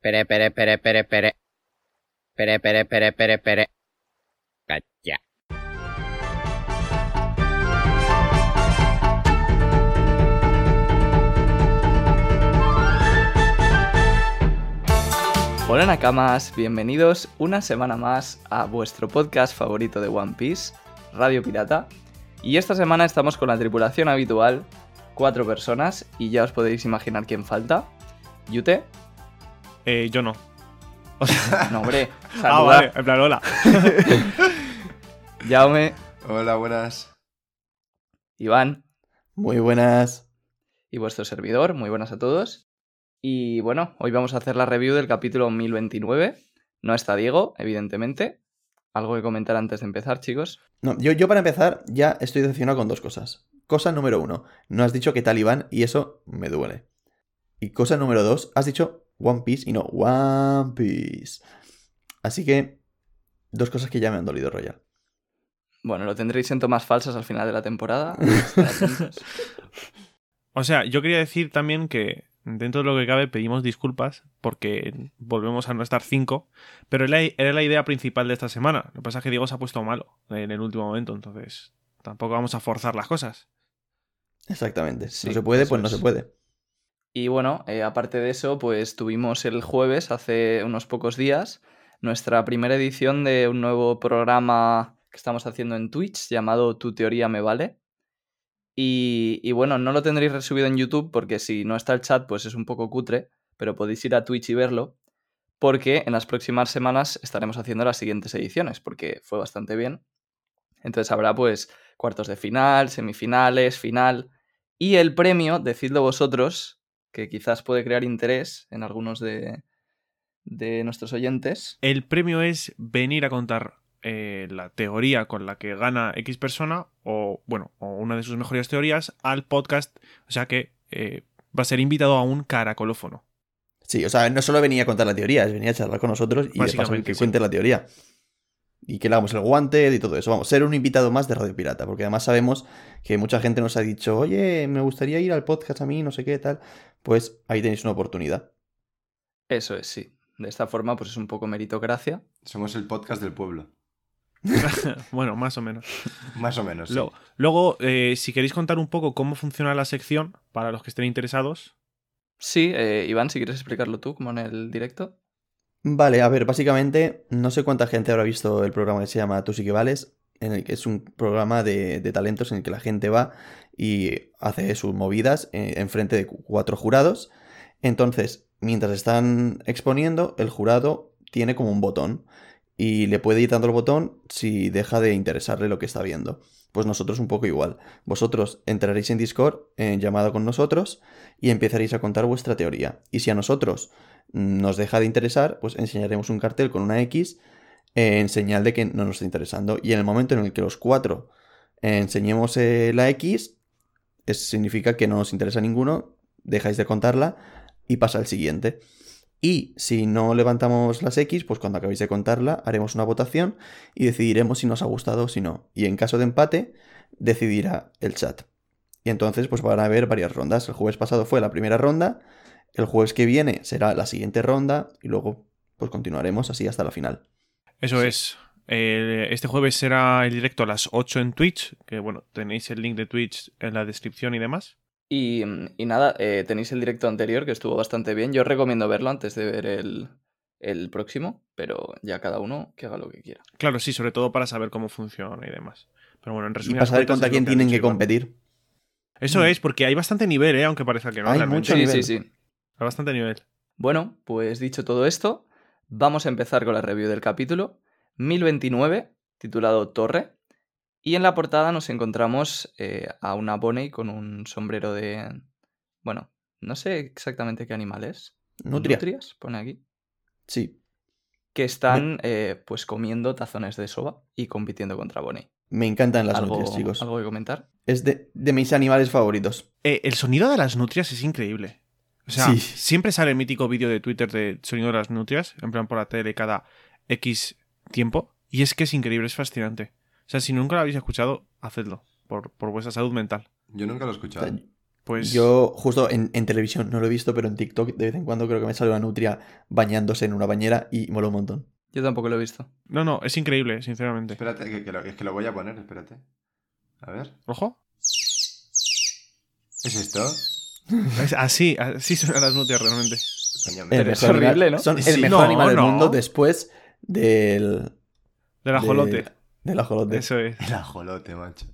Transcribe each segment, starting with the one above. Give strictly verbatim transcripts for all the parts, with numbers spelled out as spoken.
Pere, pere, pere, pere, pere. Pere, pere, pere, pere, pere. Cacha. Hola Nakamas, bienvenidos una semana más a vuestro podcast favorito de One Piece, Radio Pirata. Y esta semana estamos con la tripulación habitual, cuatro personas, y ya os podéis imaginar quién falta. ¿Yute? Eh, yo no. O sea, no, hombre, saluda. Ah, vale, en plan, hola. Jaume. Hola, buenas. Iván. Muy buenas. Y vuestro servidor, muy buenas a todos. Y bueno, hoy vamos a hacer la review del capítulo mil veintinueve. No está Diego, evidentemente. ¿Algo que comentar antes de empezar, chicos? No, yo, yo para empezar ya estoy decepcionado con dos cosas. Cosa número uno, no has dicho qué tal Iván y eso me duele. Y cosa número dos, has dicho One Piece y no One Piece. Así que, dos cosas que ya me han dolido, Royal. Bueno, lo tendréis en tomas falsas al final de la temporada. O sea, yo quería decir también que dentro de lo que cabe pedimos disculpas porque volvemos a no estar cinco, pero era, era la idea principal de esta semana. Lo que pasa es que Diego se ha puesto malo en el último momento, entonces tampoco vamos a forzar las cosas. Exactamente. Sí, no se puede, pues es. no se puede. Y bueno, eh, aparte de eso, pues tuvimos el jueves, hace unos pocos días, nuestra primera edición de un nuevo programa que estamos haciendo en Twitch llamado Tu Teoría Me Vale. Y, y bueno, no lo tendréis resubido en YouTube porque si no está el chat pues es un poco cutre, pero podéis ir a Twitch y verlo porque en las próximas semanas estaremos haciendo las siguientes ediciones porque fue bastante bien. Entonces habrá pues cuartos de final, semifinales, final y el premio, decidlo vosotros, que quizás puede crear interés en algunos de, de nuestros oyentes. El premio es venir a contar eh, la teoría con la que gana X persona o, bueno, o una de sus mejores teorías al podcast, o sea que eh, va a ser invitado a un caracolófono. Sí, o sea, no solo venía a contar la teoría, es venir a charlar con nosotros y de paso que sí. cuente la teoría. Y que le hagamos el guante y todo eso. Vamos, ser un invitado más de Radio Pirata, porque además sabemos que mucha gente nos ha dicho, oye, me gustaría ir al podcast a mí, no sé qué, tal. Pues ahí tenéis una oportunidad. Eso es, sí. De esta forma, pues es un poco meritocracia. Somos el podcast del pueblo. Bueno, más o menos. Más o menos, sí. Luego, luego eh, si queréis contar un poco cómo funciona la sección, para los que estén interesados. Sí, eh, Iván, si quieres explicarlo tú, como en el directo. Vale, a ver, básicamente, no sé cuánta gente habrá visto el programa que se llama Tú sí que vales, en el que es un programa de, de talentos en el que la gente va y hace sus movidas eh, enfrente de cuatro jurados. Entonces, mientras están exponiendo, el jurado tiene como un botón y le puede ir dando el botón si deja de interesarle lo que está viendo. Pues nosotros un poco igual. Vosotros entraréis en Discord en llamada con nosotros y empezaréis a contar vuestra teoría. Y si a nosotros nos deja de interesar, pues enseñaremos un cartel con una X en señal de que no nos está interesando. Y en el momento en el que los cuatro enseñemos eh, la X, es, significa que no nos interesa ninguno, dejáis de contarla y pasa al siguiente. Y si no levantamos las X, pues cuando acabéis de contarla haremos una votación y decidiremos si nos ha gustado o si no. Y en caso de empate, decidirá el chat. Y entonces pues van a haber varias rondas. El jueves pasado fue la primera ronda, el jueves que viene será la siguiente ronda y luego pues continuaremos así hasta la final. Eso Sí. es. Eh, este jueves será el directo a las ocho en Twitch, que bueno, tenéis el link de Twitch en la descripción y demás. Y, y nada, eh, tenéis el directo anterior que estuvo bastante bien. Yo os recomiendo verlo antes de ver el, el próximo, pero ya cada uno que haga lo que quiera. Claro, sí, sobre todo para saber cómo funciona y demás. Pero bueno, en Y resumen. para saber contra quién tienen que competir. Eso Mm. es, porque hay bastante nivel, ¿eh? Aunque parezca que no. Hay realmente. mucho Sí, nivel. sí, sí. Hay bastante nivel. Bueno, pues dicho todo esto, vamos a empezar con la review del capítulo mil veintinueve, titulado Torre. Y en la portada nos encontramos eh, a una Bonnie con un sombrero de... Bueno, no sé exactamente qué animal es. Nutria. Nutrias, pone aquí. Sí. Que están eh, pues comiendo tazones de soba y compitiendo contra Bonnie. Me encantan las ¿Algo, nutrias, chicos. ¿Algo que comentar? Es de, de mis animales favoritos. Eh, el sonido de las nutrias es increíble. O sea, Sí. siempre sale el mítico vídeo de Twitter de sonido de las nutrias, en plan por la tele cada X tiempo. Y es que es increíble, es fascinante. O sea, si nunca lo habéis escuchado, hacedlo. Por, por vuestra salud mental. Yo nunca lo he O escuchado. sea, Pues Yo, justo en, en televisión no lo he visto, pero en TikTok de vez en cuando creo que me sale una nutria bañándose en una bañera y mola un montón. Yo tampoco lo he visto. no, no, es increíble, sinceramente. Espérate, que, que lo, es que lo voy a poner, espérate. A ver. Ojo. ¿Es esto? Es así, así suenan las nutrias realmente. Coño, El Pero me- es mejor horrible, animal- ¿no? Son el Sí, mejor no, animal del no. mundo después del... Del ajolote. de- del ajolote. Eso es. El ajolote, macho.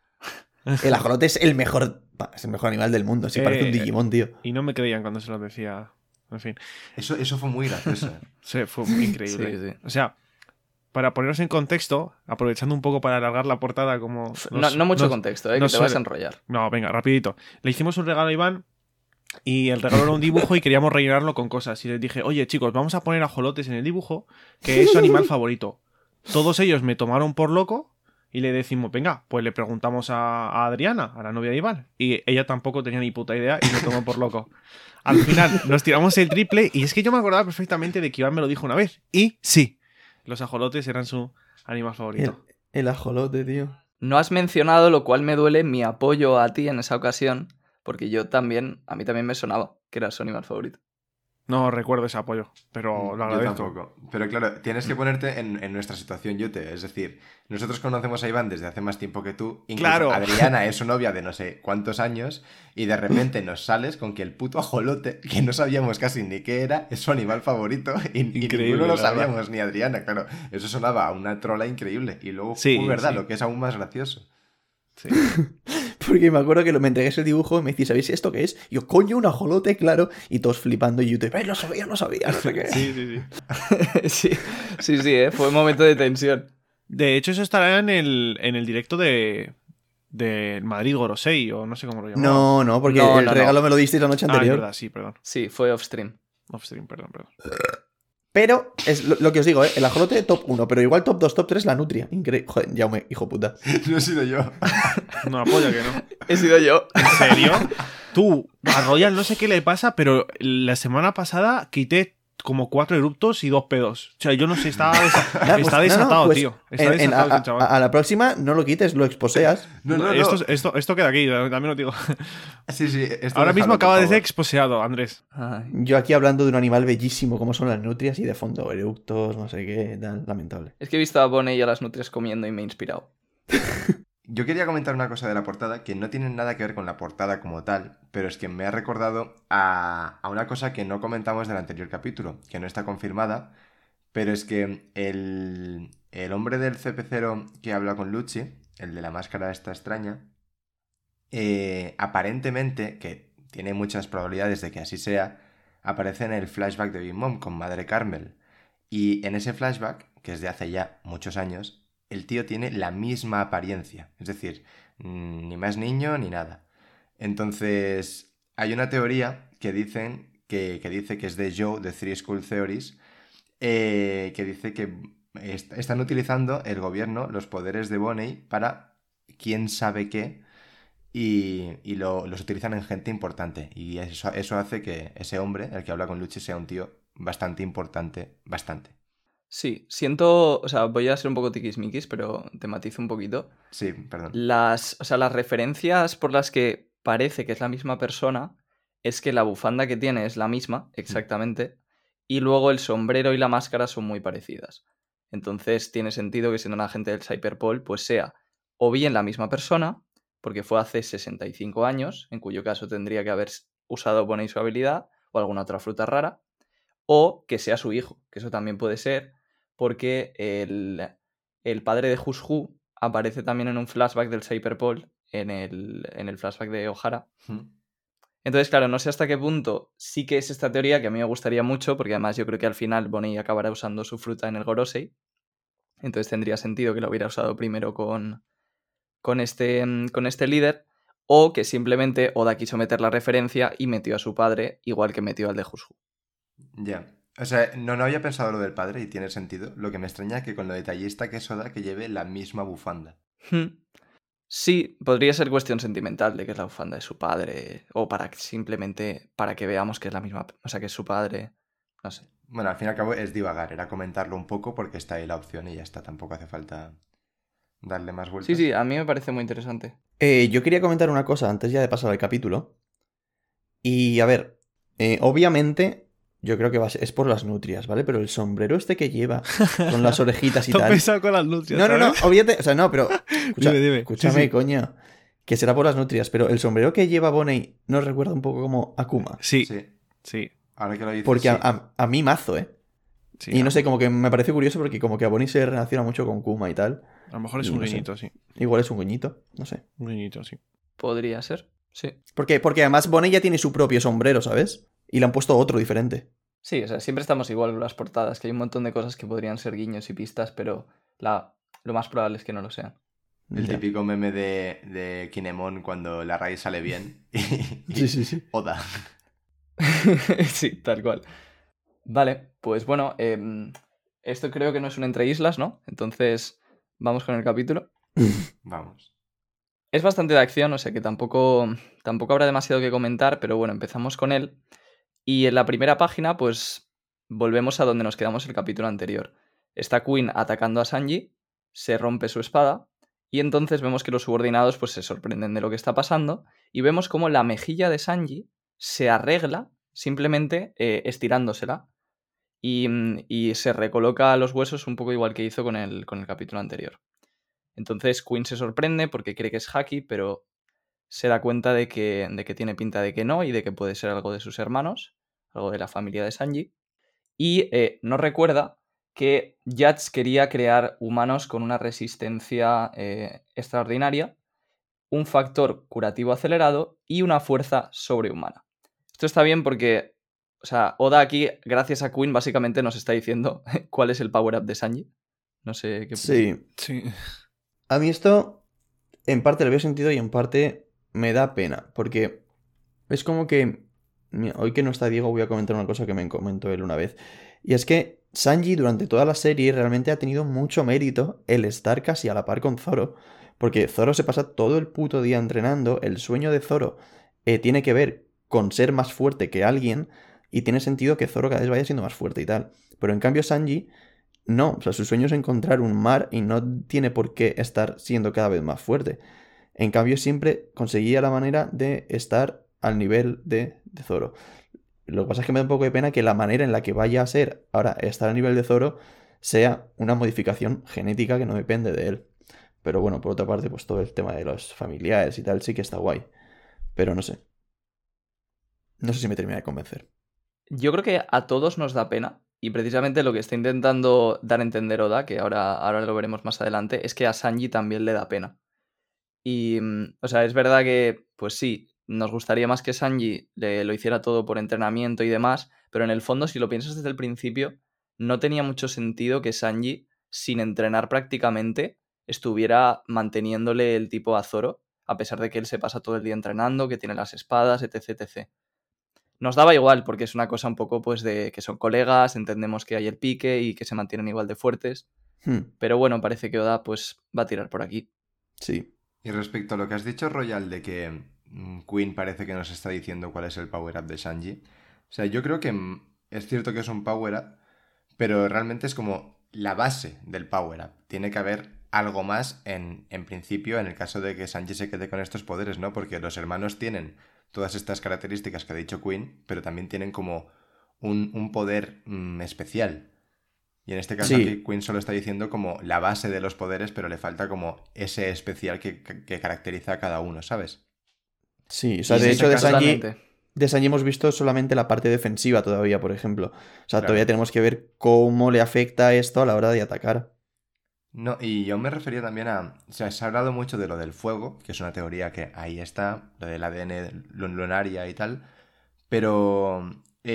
El ajolote es el mejor... Es el mejor animal del mundo. Sí, parece un Eh, Digimon, tío. Y no me creían cuando se lo decía. En fin. Eso, eso fue muy gracioso. ¿eh? Sí, fue increíble. Sí, sí. O sea, para ponernos en contexto, aprovechando un poco para alargar la portada como... No, nos- no mucho nos- contexto, ¿eh? nos Que te vas a suele- enrollar. No, venga, rapidito. Le hicimos un regalo a Iván y el regalo era un dibujo y queríamos rellenarlo con cosas. Y les dije, oye chicos, vamos a poner ajolotes en el dibujo, que es su animal favorito. Todos ellos me tomaron por loco y le decimos, venga, pues le preguntamos a, a Adriana, a la novia de Iván. Y ella tampoco tenía ni puta idea y me tomó por loco. Al final nos tiramos el triple y es que yo me acordaba perfectamente de que Iván me lo dijo una vez. Y sí, los ajolotes eran su animal El, favorito. el ajolote, tío. No has mencionado, lo cual me duele, mi apoyo a ti en esa ocasión, porque yo también, a mí también me sonaba que era su animal favorito. No recuerdo ese apoyo, pero lo Yo agradezco. tampoco. Pero claro, tienes que ponerte en, en nuestra situación, Yute. Es decir, nosotros conocemos a Iván desde hace más tiempo que tú. Incluso Claro. Adriana es su novia de no sé cuántos años. Y de repente nos sales con que el puto ajolote, que no sabíamos casi ni qué era, es su animal favorito. Y, y Increíble, ninguno lo la verdad. sabíamos, ni Adriana. Claro, eso sonaba a una trola increíble. Y luego Sí, fue verdad, sí. lo que es aún más gracioso. Sí. Porque me acuerdo que lo, me entregué el dibujo y me decís, ¿sabéis esto qué es? Y yo, coño, un ajolote, claro. Y todos flipando y YouTube, ¡eh, lo sabía, lo sabía! No sé qué. Sí, sí, sí. sí, sí, sí, ¿eh? Fue un momento de tensión. De hecho, eso estará en el, en el directo de, de Madrid Gorosei, o no sé cómo lo llamaban. No, no, porque No, el no, regalo no. me lo disteis la noche Ah, es anterior. verdad, sí, perdón. Sí, fue off-stream. Offstream, perdón, perdón. Pero es lo, lo que os digo, ¿eh? El ajolote top uno, pero igual top dos, top tres la nutria. Increíble. Joder, Jaume, hijo puta. No he sido yo. No, apoya que no. He sido yo. ¿En serio? Tú, a Royal no sé qué le pasa, pero la semana pasada quité como cuatro eruptos y dos pedos. O sea, yo no sé, está, desa- Nada, pues, está no, no, desatado, pues, tío. Está en- en- desatado a, ese chaval. a- a la próxima no lo quites, lo exposeas. No, no, no. Esto, esto, esto queda aquí, también lo digo. Sí, sí, esto Ahora déjalo, mismo por acaba de ser favor. exposeado, Andrés. Ay. Yo aquí hablando de un animal bellísimo como son las nutrias y de fondo eructos, no sé qué, tal, lamentable. Es que he visto a Bonnie y a las nutrias comiendo y me he inspirado. Yo quería comentar una cosa de la portada que no tiene nada que ver con la portada como tal, pero es que me ha recordado a, a una cosa que no comentamos del anterior capítulo, que no está confirmada, pero es que el, el hombre del cepecero que habla con Lucci, el de la máscara esta extraña, eh, aparentemente, que tiene muchas probabilidades de que así sea, aparece en el flashback de Big Mom con Madre Carmel. Y en ese flashback, que es de hace ya muchos años, el tío tiene la misma apariencia. Es decir, mm, ni más niño ni nada. Entonces, hay una teoría que dicen que, que dice que es de Joe, de Three School Theories, eh, que dice que est- están utilizando el gobierno los poderes de Bonnie para quién sabe qué y, y lo- los utilizan en gente importante. Y eso, eso hace que ese hombre, el que habla con Lucci, sea un tío bastante importante, bastante. Sí, siento, o sea, voy a ser un poco tiquismiquis, pero te matizo un poquito. Sí, perdón. Las, o sea, las referencias por las que parece que es la misma persona es que la bufanda que tiene es la misma, exactamente, y luego el sombrero y la máscara son muy parecidas. Entonces tiene sentido que siendo un agente del Cyberpol, pues sea o bien la misma persona, porque fue hace sesenta y cinco años, en cuyo caso tendría que haber usado Bonnie su habilidad, o alguna otra fruta rara, o que sea su hijo, que eso también puede ser, porque el, el padre de Who's Who aparece también en un flashback del Cyberpol, en el, en el flashback de O'Hara. Mm. Entonces, claro, no sé hasta qué punto sí que es esta teoría que a mí me gustaría mucho, porque además yo creo que al final Bonnie acabará usando su fruta en el Gorosei. Entonces tendría sentido que lo hubiera usado primero con, con, este, mm, con este líder, o que simplemente Oda quiso meter la referencia y metió a su padre, igual que metió al de Who's Who. Ya. O sea, no, no había pensado lo del padre y tiene sentido. Lo que me extraña es que con lo detallista que es Oda que lleve la misma bufanda. Hmm. Sí, podría ser cuestión sentimental de que es la bufanda de su padre, o para que simplemente para que veamos que es la misma, o sea, que es su padre, no sé. Bueno, al fin y al cabo es divagar, era comentarlo un poco porque está ahí la opción y ya está. Tampoco hace falta darle más vueltas. Sí, sí, a mí me parece muy interesante. Eh, yo quería comentar una cosa antes ya de pasar al capítulo. Y a ver, eh, obviamente, yo creo que va a ser, es por las nutrias, ¿vale? Pero el sombrero este que lleva, con las orejitas y Te has tal. pensado con las nutrias, No, no, no, ¿sabes? olvídate. O sea, no, pero. Escucha, Dime, dime. Escúchame, Sí, sí. coño. Que será por las nutrias, pero el sombrero que lleva Bonnie nos recuerda un poco como Akuma. Sí, sí. Sí. Ahora que lo dices, Porque sí. a, a- a mí mazo, ¿eh? sí, Y a, no sé, como que me parece curioso porque como que a Bonnie se relaciona mucho con Kuma y tal. a lo mejor es y un no sé. guiñito, sí. Igual es un guiñito, no sé. Un guiñito, sí. Podría ser, sí. ¿Por qué? Porque además Bonnie ya tiene su propio sombrero, ¿sabes? Y le han puesto otro diferente. Sí, o sea, siempre estamos igual con las portadas, que hay un montón de cosas que podrían ser guiños y pistas, pero la... lo más probable es que no lo sean. El Ya. típico meme de, de Kinemon cuando la raíz sale bien. Y, y Sí, sí, sí. Oda. Sí, tal cual. Vale, pues bueno, em, esto creo que no es un entre islas, ¿no? Entonces, vamos con el capítulo. Vamos. Es bastante de acción, o sea que tampoco, tampoco habrá demasiado que comentar, pero bueno, empezamos con él. Y en la primera página, pues volvemos a donde nos quedamos el capítulo anterior. Está Queen atacando a Sanji, se rompe su espada, y entonces vemos que los subordinados pues se sorprenden de lo que está pasando, y vemos como la mejilla de Sanji se arregla simplemente eh, estirándosela, y, y se recoloca los huesos un poco igual que hizo con el, con el capítulo anterior. Entonces Queen se sorprende porque cree que es Haki, pero se da cuenta de que, de que tiene pinta de que no y de que puede ser algo de sus hermanos, algo de la familia de Sanji. Y eh, nos recuerda que Yats quería crear humanos con una resistencia eh, extraordinaria, un factor curativo acelerado y una fuerza sobrehumana. Esto está bien porque, o sea, Oda aquí, gracias a Queen, básicamente nos está diciendo cuál es el power-up de Sanji. No sé qué opinas. Sí. Sí. A mí esto, en parte lo veo sentido y en parte me da pena. Porque es como que. Mira, hoy que no está Diego, voy a comentar una cosa que me comentó él una vez. Y es que Sanji durante toda la serie realmente ha tenido mucho mérito el estar casi a la par con Zoro. Porque Zoro se pasa todo el puto día entrenando. El sueño de Zoro eh, tiene que ver con ser más fuerte que alguien. Y tiene sentido que Zoro cada vez vaya siendo más fuerte y tal. Pero en cambio Sanji, no. O sea, su sueño es encontrar un mar y no tiene por qué estar siendo cada vez más fuerte. En cambio siempre conseguía la manera de estar al nivel de, de Zoro. Lo que pasa es que me da un poco de pena que la manera en la que vaya a ser ahora estar a nivel de Zoro sea una modificación genética que no depende de él. Pero bueno, por otra parte, pues todo el tema de los familiares y tal sí que está guay. Pero no sé. No sé si me termina de convencer. Yo creo que a todos nos da pena, y precisamente lo que está intentando dar a entender Oda, que ahora, ahora lo veremos más adelante, es que a Sanji también le da pena. Y, mm, o sea, es verdad que, pues sí, nos gustaría más que Sanji le, lo hiciera todo por entrenamiento y demás, pero en el fondo, si lo piensas desde el principio, no tenía mucho sentido que Sanji, sin entrenar prácticamente, estuviera manteniéndole el tipo a Zoro, a pesar de que él se pasa todo el día entrenando, que tiene las espadas, etc, etcétera. Nos daba igual, porque es una cosa un poco pues de que son colegas, entendemos que hay el pique y que se mantienen igual de fuertes, Hmm, pero bueno, parece que Oda pues va a tirar por aquí. sí. Y respecto a lo que has dicho, Royal, de que mm, Queen parece que nos está diciendo cuál es el power-up de Sanji. O sea, yo creo que mm, es cierto que es un power-up, pero realmente es como la base del power-up. Tiene que haber algo más en, en principio en el caso de que Sanji se quede con estos poderes, ¿no? Porque los hermanos tienen todas estas características que ha dicho Queen, pero también tienen como un, un poder mm, especial. Y en este caso Sí. aquí Queen solo está diciendo como la base de los poderes, pero le falta como ese especial que, que- que caracteriza a cada uno, ¿sabes? Sí, o sea, Y de en hecho ese de caso- Sanji, Totalmente. de Sanji hemos visto solamente la parte defensiva todavía, por ejemplo. O sea, Claro. todavía tenemos que ver cómo le afecta esto a la hora de atacar. No, y yo me refería también a... O sea, se ha hablado mucho de lo del fuego, que es una teoría que ahí está, lo del A D N lun- lunaria y tal, pero...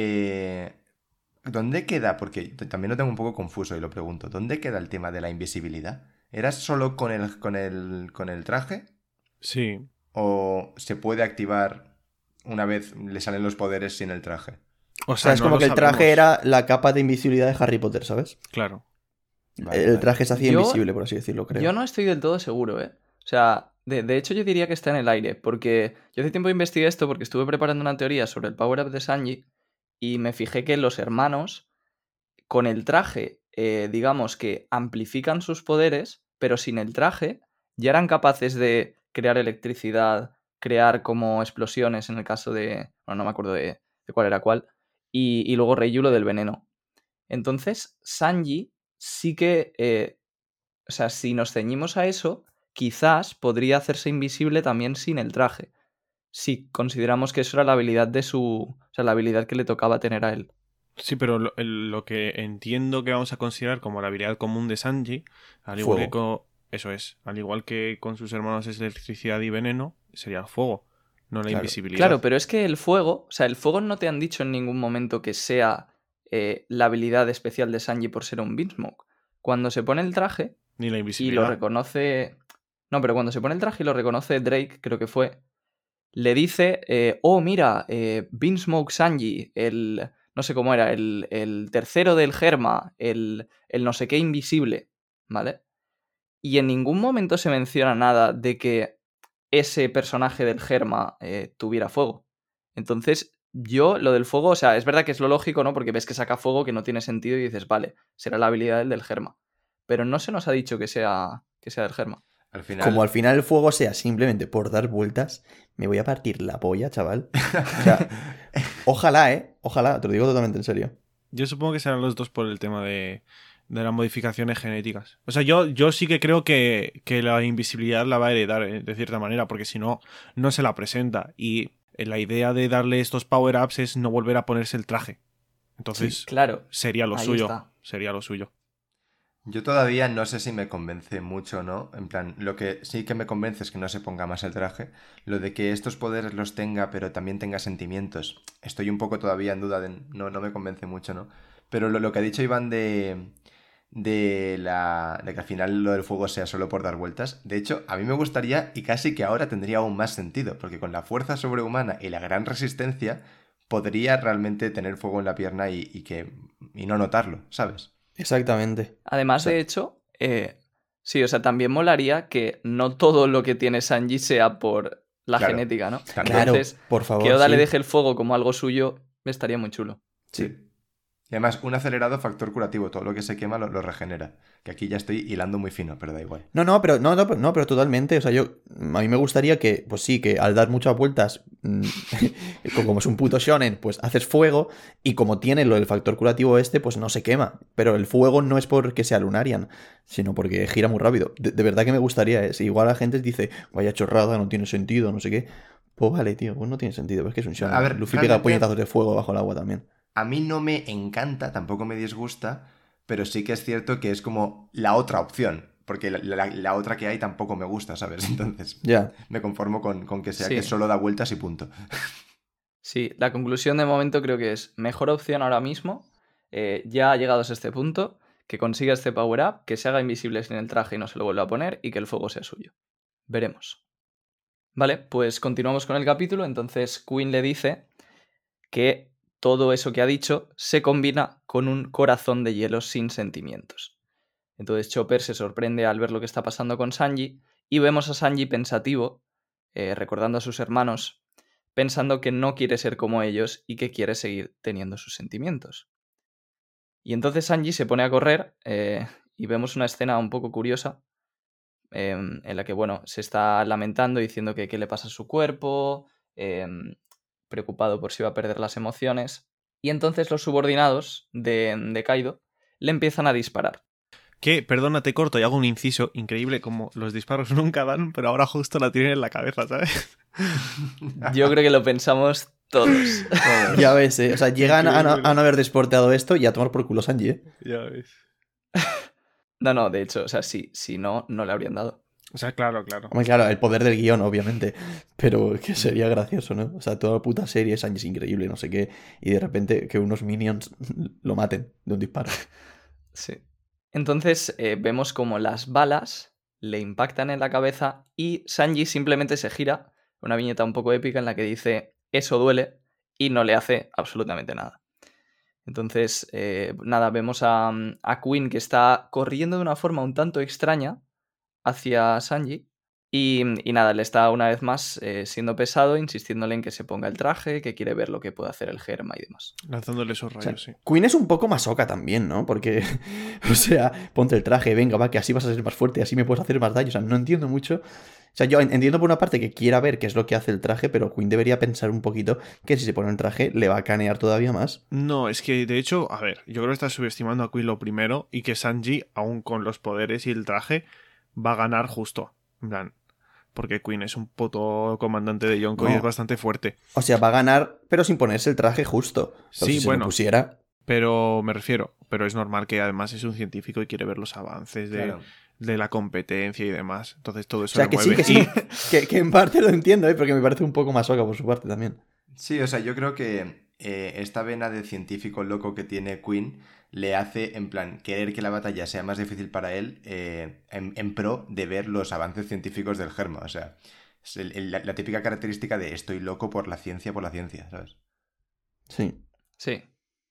eh, ¿dónde queda? Porque t- también lo tengo un poco confuso y lo pregunto. ¿Dónde queda el tema de la invisibilidad? ¿Era solo con el, con el, con el traje? Sí. ¿O se puede activar una vez le salen los poderes sin el traje? O O sea, sea, es no como lo que el traje sabemos. era la capa de invisibilidad de Harry Potter, ¿sabes? Claro. Vale, El vale. traje se hacía Yo- invisible, por así decirlo, creo. Yo no estoy del todo seguro, ¿eh? O sea, de, de hecho yo diría que está en el aire, porque yo hace tiempo investigué esto porque estuve preparando una teoría sobre el power-up de Sanji y me fijé que los hermanos, con el traje, eh, digamos que amplifican sus poderes, pero sin el traje ya eran capaces de crear electricidad, crear como explosiones en el caso de... Bueno, no me acuerdo de, de cuál era cuál. Y, y luego Reiju lo del veneno. Entonces, Sanji sí que... Eh, o sea, si nos ceñimos a eso, quizás podría hacerse invisible también sin el traje. Si consideramos que eso era la habilidad de su... O sea, la habilidad que le tocaba tener a él. Sí, pero lo, el- lo que entiendo que vamos a considerar como la habilidad común de Sanji, al igual que Fuego. con... Eso es, al igual que con sus hermanos es electricidad y veneno, sería el fuego, no la Claro. invisibilidad. Claro, pero es que el fuego... O sea, el fuego no te han dicho en ningún momento que sea eh, la habilidad especial de Sanji por ser un Beansmoke. Cuando se pone el traje Ni la y invisibilidad. lo reconoce... No, pero cuando se pone el traje y lo reconoce Drake, creo que fue, le dice, eh, oh, mira, eh, Beansmoke Sanji, el... No sé cómo era, el, el tercero del Germa, el, el no sé qué invisible, ¿vale? Y en ningún momento se menciona nada de que ese personaje del Germa eh, tuviera fuego. Entonces, yo lo del fuego, o sea, es verdad que es lo lógico, ¿no? Porque ves que saca fuego que no tiene sentido y dices, vale, será la habilidad del del Germa. Pero no se nos ha dicho que sea, que sea del Germa. Al final, Como al final el fuego sea simplemente por dar vueltas, me voy a partir la polla, chaval. O sea, ojalá, ¿eh? Ojalá, te lo digo totalmente en serio. Yo supongo que serán los dos por el tema de, de las modificaciones genéticas. O sea, yo, yo sí que creo que, que la invisibilidad la va a heredar, eh, de cierta manera, porque si no, no se la presenta. Y eh, la idea de darle estos power-ups es no volver a ponerse el traje. Entonces, Claro. sería lo ahí suyo. está. Sería lo suyo. yo todavía no sé si me convence mucho, ¿no? En plan, lo que sí que me convence es que no se ponga más el traje. Lo de que estos poderes los tenga, pero también tenga sentimientos. Estoy un poco todavía en duda de... No, no me convence mucho, ¿no? Pero lo, lo que ha dicho Iván de... De, la, de que al final lo del fuego sea solo por dar vueltas. De hecho, a mí me gustaría y casi que ahora tendría aún más sentido, porque con la fuerza sobrehumana y la gran resistencia podría realmente tener fuego en la pierna y, y que y no notarlo, ¿sabes? Exactamente. Además, O sea, de hecho, eh, sí, o sea, también molaría que no todo lo que tiene Sanji sea por la Claro, genética, ¿no? claro. Claro, Entonces, por favor, que Oda sí. le deje el fuego como algo suyo, estaría muy chulo. Sí. Y además, un acelerado factor curativo. Todo lo que se quema lo, lo regenera. Que aquí ya estoy hilando muy fino, pero da igual. No, no, pero no, no, pero- no, pero totalmente. O sea, yo a mí me gustaría que, pues sí, que al dar muchas vueltas, mm, como es un puto shonen, pues haces fuego y como tiene lo del factor curativo este, pues no se quema. Pero el fuego no es porque sea Lunarian, sino porque gira muy rápido. De, de verdad que me gustaría, ¿eh? Si igual la gente dice, vaya chorrada, no tiene sentido, no sé qué. Pues vale, tío, pues no tiene sentido, es que es un shonen. A ver, Luffy pega realmente- puñetazos de fuego bajo el agua también. A mí no me encanta, tampoco me disgusta, pero sí que es cierto que es como la otra opción. Porque la, la- la otra que hay tampoco me gusta, ¿sabes? Entonces Ya. me conformo con, con que sea Sí. que solo da vueltas y punto. Sí, la conclusión de momento creo que es mejor opción ahora mismo, eh, ya llegados a este punto, que consiga este power-up, que se haga invisible sin el traje y no se lo vuelva a poner y que el fuego sea suyo. Veremos. Vale, pues continuamos con el capítulo. Entonces Queen le dice que todo eso que ha dicho se combina con un corazón de hielo sin sentimientos. Entonces Chopper se sorprende al ver lo que está pasando con Sanji y vemos a Sanji pensativo, eh, recordando a sus hermanos, pensando que no quiere ser como ellos y que quiere seguir teniendo sus sentimientos. Y entonces Sanji se pone a correr eh, y vemos una escena un poco curiosa eh, en la que, bueno, se está lamentando diciendo que qué le pasa a su cuerpo, eh, preocupado por si va a perder las emociones. Y entonces los subordinados de, de Kaido le empiezan a disparar. Que, perdona, te corto y hago un inciso increíble, como los disparos nunca dan, pero ahora justo la tienen en la cabeza, ¿sabes? Yo creo que lo pensamos todos. Ya ves, ¿eh? O sea, llegan a no, Increíble. a no haber desporteado esto y a tomar por culo Sanji, ¿eh? Ya ves. No, no, de hecho, o sea, si, si no, no le habrían dado. O sea, claro, claro. Hombre, claro, el poder del guión, obviamente. Pero que sería gracioso, ¿no? O sea, toda la puta serie Sanji es increíble, no sé qué. Y de repente que unos minions lo maten de un disparo. Sí. Entonces eh, vemos como las balas le impactan en la cabeza y Sanji simplemente se gira, una viñeta un poco épica en la que dice eso duele y no le hace absolutamente nada. Entonces, eh, nada, vemos a, a Queen que está corriendo de una forma un tanto extraña hacia Sanji Y, y nada, le está una vez más eh, siendo pesado, insistiéndole en que se ponga el traje, que quiere ver lo que puede hacer el Germa y demás. Lanzándole esos O sea, rayos, sí. Queen es un poco masoca también, ¿no? Porque, o sea, ponte el traje, venga, va, que así vas a ser más fuerte, así me puedes hacer más daño. O sea, no entiendo mucho. O sea, yo entiendo por una parte que quiera ver qué es lo que hace el traje, pero Queen debería pensar un poquito que si se pone el traje le va a canear todavía más. No, es que de hecho, a ver, yo creo que estás subestimando a Queen lo primero y que Sanji, aún con los poderes y el traje, va a ganar justo. En plan, porque Queen es un puto comandante de Yonko No. y es bastante fuerte. O sea, va a ganar, pero sin ponerse el traje justo. Pero Sí, si se bueno. lo pusiera... Pero me refiero, pero es normal que además es un científico y quiere ver los avances de, Claro. de la competencia y demás. Entonces todo O eso sea, le que sí, mueve. que sí, que, que en parte lo entiendo, ¿eh? Porque me parece un poco masoca por su parte también. Sí, o sea, yo creo que eh, esta vena de científico loco que tiene Queen le hace, en plan, querer que la batalla sea más difícil para él eh, en, en pro de ver los avances científicos del Germa. O sea, es el- el- la, la típica característica de estoy loco por la ciencia, por la ciencia, ¿sabes? Sí. Sí.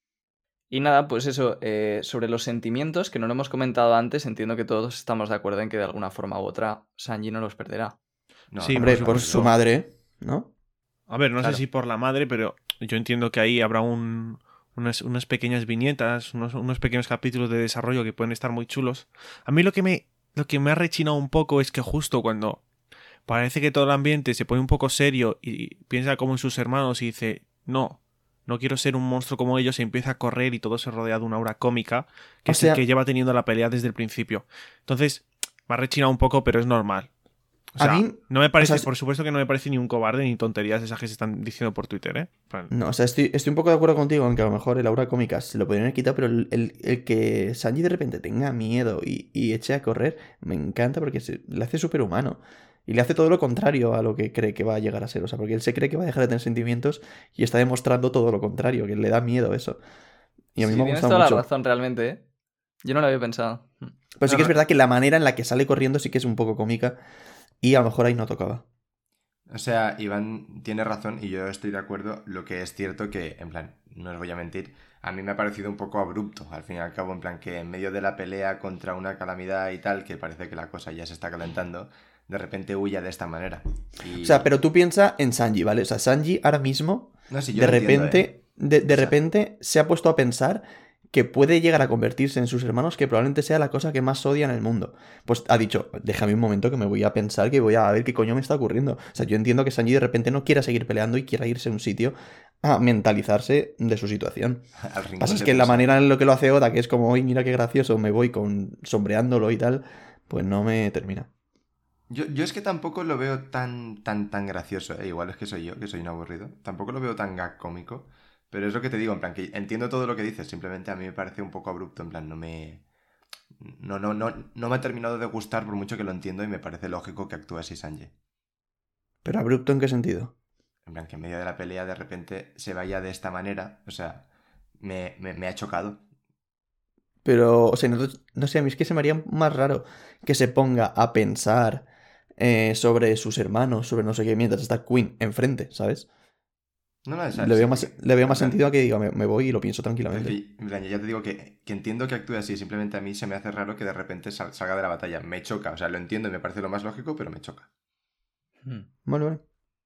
Y nada, pues eso, eh, sobre los sentimientos, que no lo hemos comentado antes, entiendo que todos estamos de acuerdo en que de alguna forma u otra Sanji no los perderá. No, Sí, Hombre, por por supuesto. su madre, ¿no? A ver, no Claro. sé si por la madre, pero yo entiendo que ahí habrá un, unas, unas pequeñas viñetas, unos, unos pequeños capítulos de desarrollo que pueden estar muy chulos. A mí lo que me, lo que me ha rechinado un poco es que justo cuando parece que todo el ambiente se pone un poco serio y piensa como en sus hermanos y dice, no, no quiero ser un monstruo como ellos, y empieza a correr y todo se rodea de una aura cómica, que O es sea- el que lleva teniendo la pelea desde el principio. Entonces, me ha rechinado un poco, pero es normal. O A sea, mí- no me parece, o sea, por supuesto que no me parece ni un cobarde ni tonterías esas que se están diciendo por Twitter, ¿eh? En plan, No, o sea, estoy, estoy un poco de acuerdo contigo en que a lo mejor el aura cómica se lo podrían haber quitado, pero el, el- el que Sanji de repente tenga miedo y, y eche a correr, me encanta porque se, le hace súper humano. Y le hace todo lo contrario a lo que cree que va a llegar a ser. O sea, porque él se cree que va a dejar de tener sentimientos y está demostrando todo lo contrario, que le da miedo eso. Y a mí Sí, me ha tienes gustado toda mucho. la razón realmente, ¿eh? Yo no lo había pensado. Pero sí que es verdad que la manera en la que sale corriendo sí que es un poco cómica y a lo mejor ahí no tocaba. O sea, Iván tiene razón y yo estoy de acuerdo. Lo que es cierto que, en plan, no os voy a mentir, a mí me ha parecido un poco abrupto, al fin y al cabo, en plan, que en medio de la pelea contra una calamidad y tal, que parece que la cosa ya se está calentando, de repente huya de esta manera. Y... O sea, pero tú piensa en Sanji, ¿vale? O sea, Sanji ahora mismo, No, sí, yo de lo entiendo, repente, ¿eh? de, de O sea- repente se ha puesto a pensar que puede llegar a convertirse en sus hermanos, que probablemente sea la cosa que más odia en el mundo. Pues ha dicho, déjame un momento que me voy a pensar, que voy a ver qué coño me está ocurriendo. O sea, yo entiendo que Sanji de repente no quiera seguir peleando y quiera irse a un sitio a mentalizarse de su situación. Al rincón Pasa es de que la Prisa. manera en lo que lo hace Oda, que es como, uy, mira qué gracioso, me voy con sombreándolo y tal, pues no me termina. Yo, yo es que tampoco lo veo tan, tan, tan gracioso, ¿eh? Igual es que soy yo, que soy un aburrido. Tampoco lo veo tan gag cómico. Pero es lo que te digo, en plan, que entiendo todo lo que dices, simplemente a mí me parece un poco abrupto, en plan, no me... No, no, no, no me ha terminado de gustar por mucho que lo entiendo y me parece lógico que actúe así Sanji. Pero abrupto, ¿en qué sentido? En plan, que en medio de la pelea de repente se vaya de esta manera, o sea, me, me, me ha chocado. Pero, o sea, no, no sé, a mí es que se me haría más raro que se ponga a pensar eh, sobre sus hermanos, sobre no sé qué, mientras está Queen enfrente, ¿sabes? No, no, o sea, Le sí, veo más, que- le veo en más plan- sentido a que diga, me, me voy y lo pienso en tranquilamente. fin, en plan, ya te digo que, que entiendo que actúe así, simplemente a mí se me hace raro que de repente sal- salga de la batalla. Me choca, o sea, lo entiendo y me parece lo más lógico, pero me choca. Hmm. Vale, vale.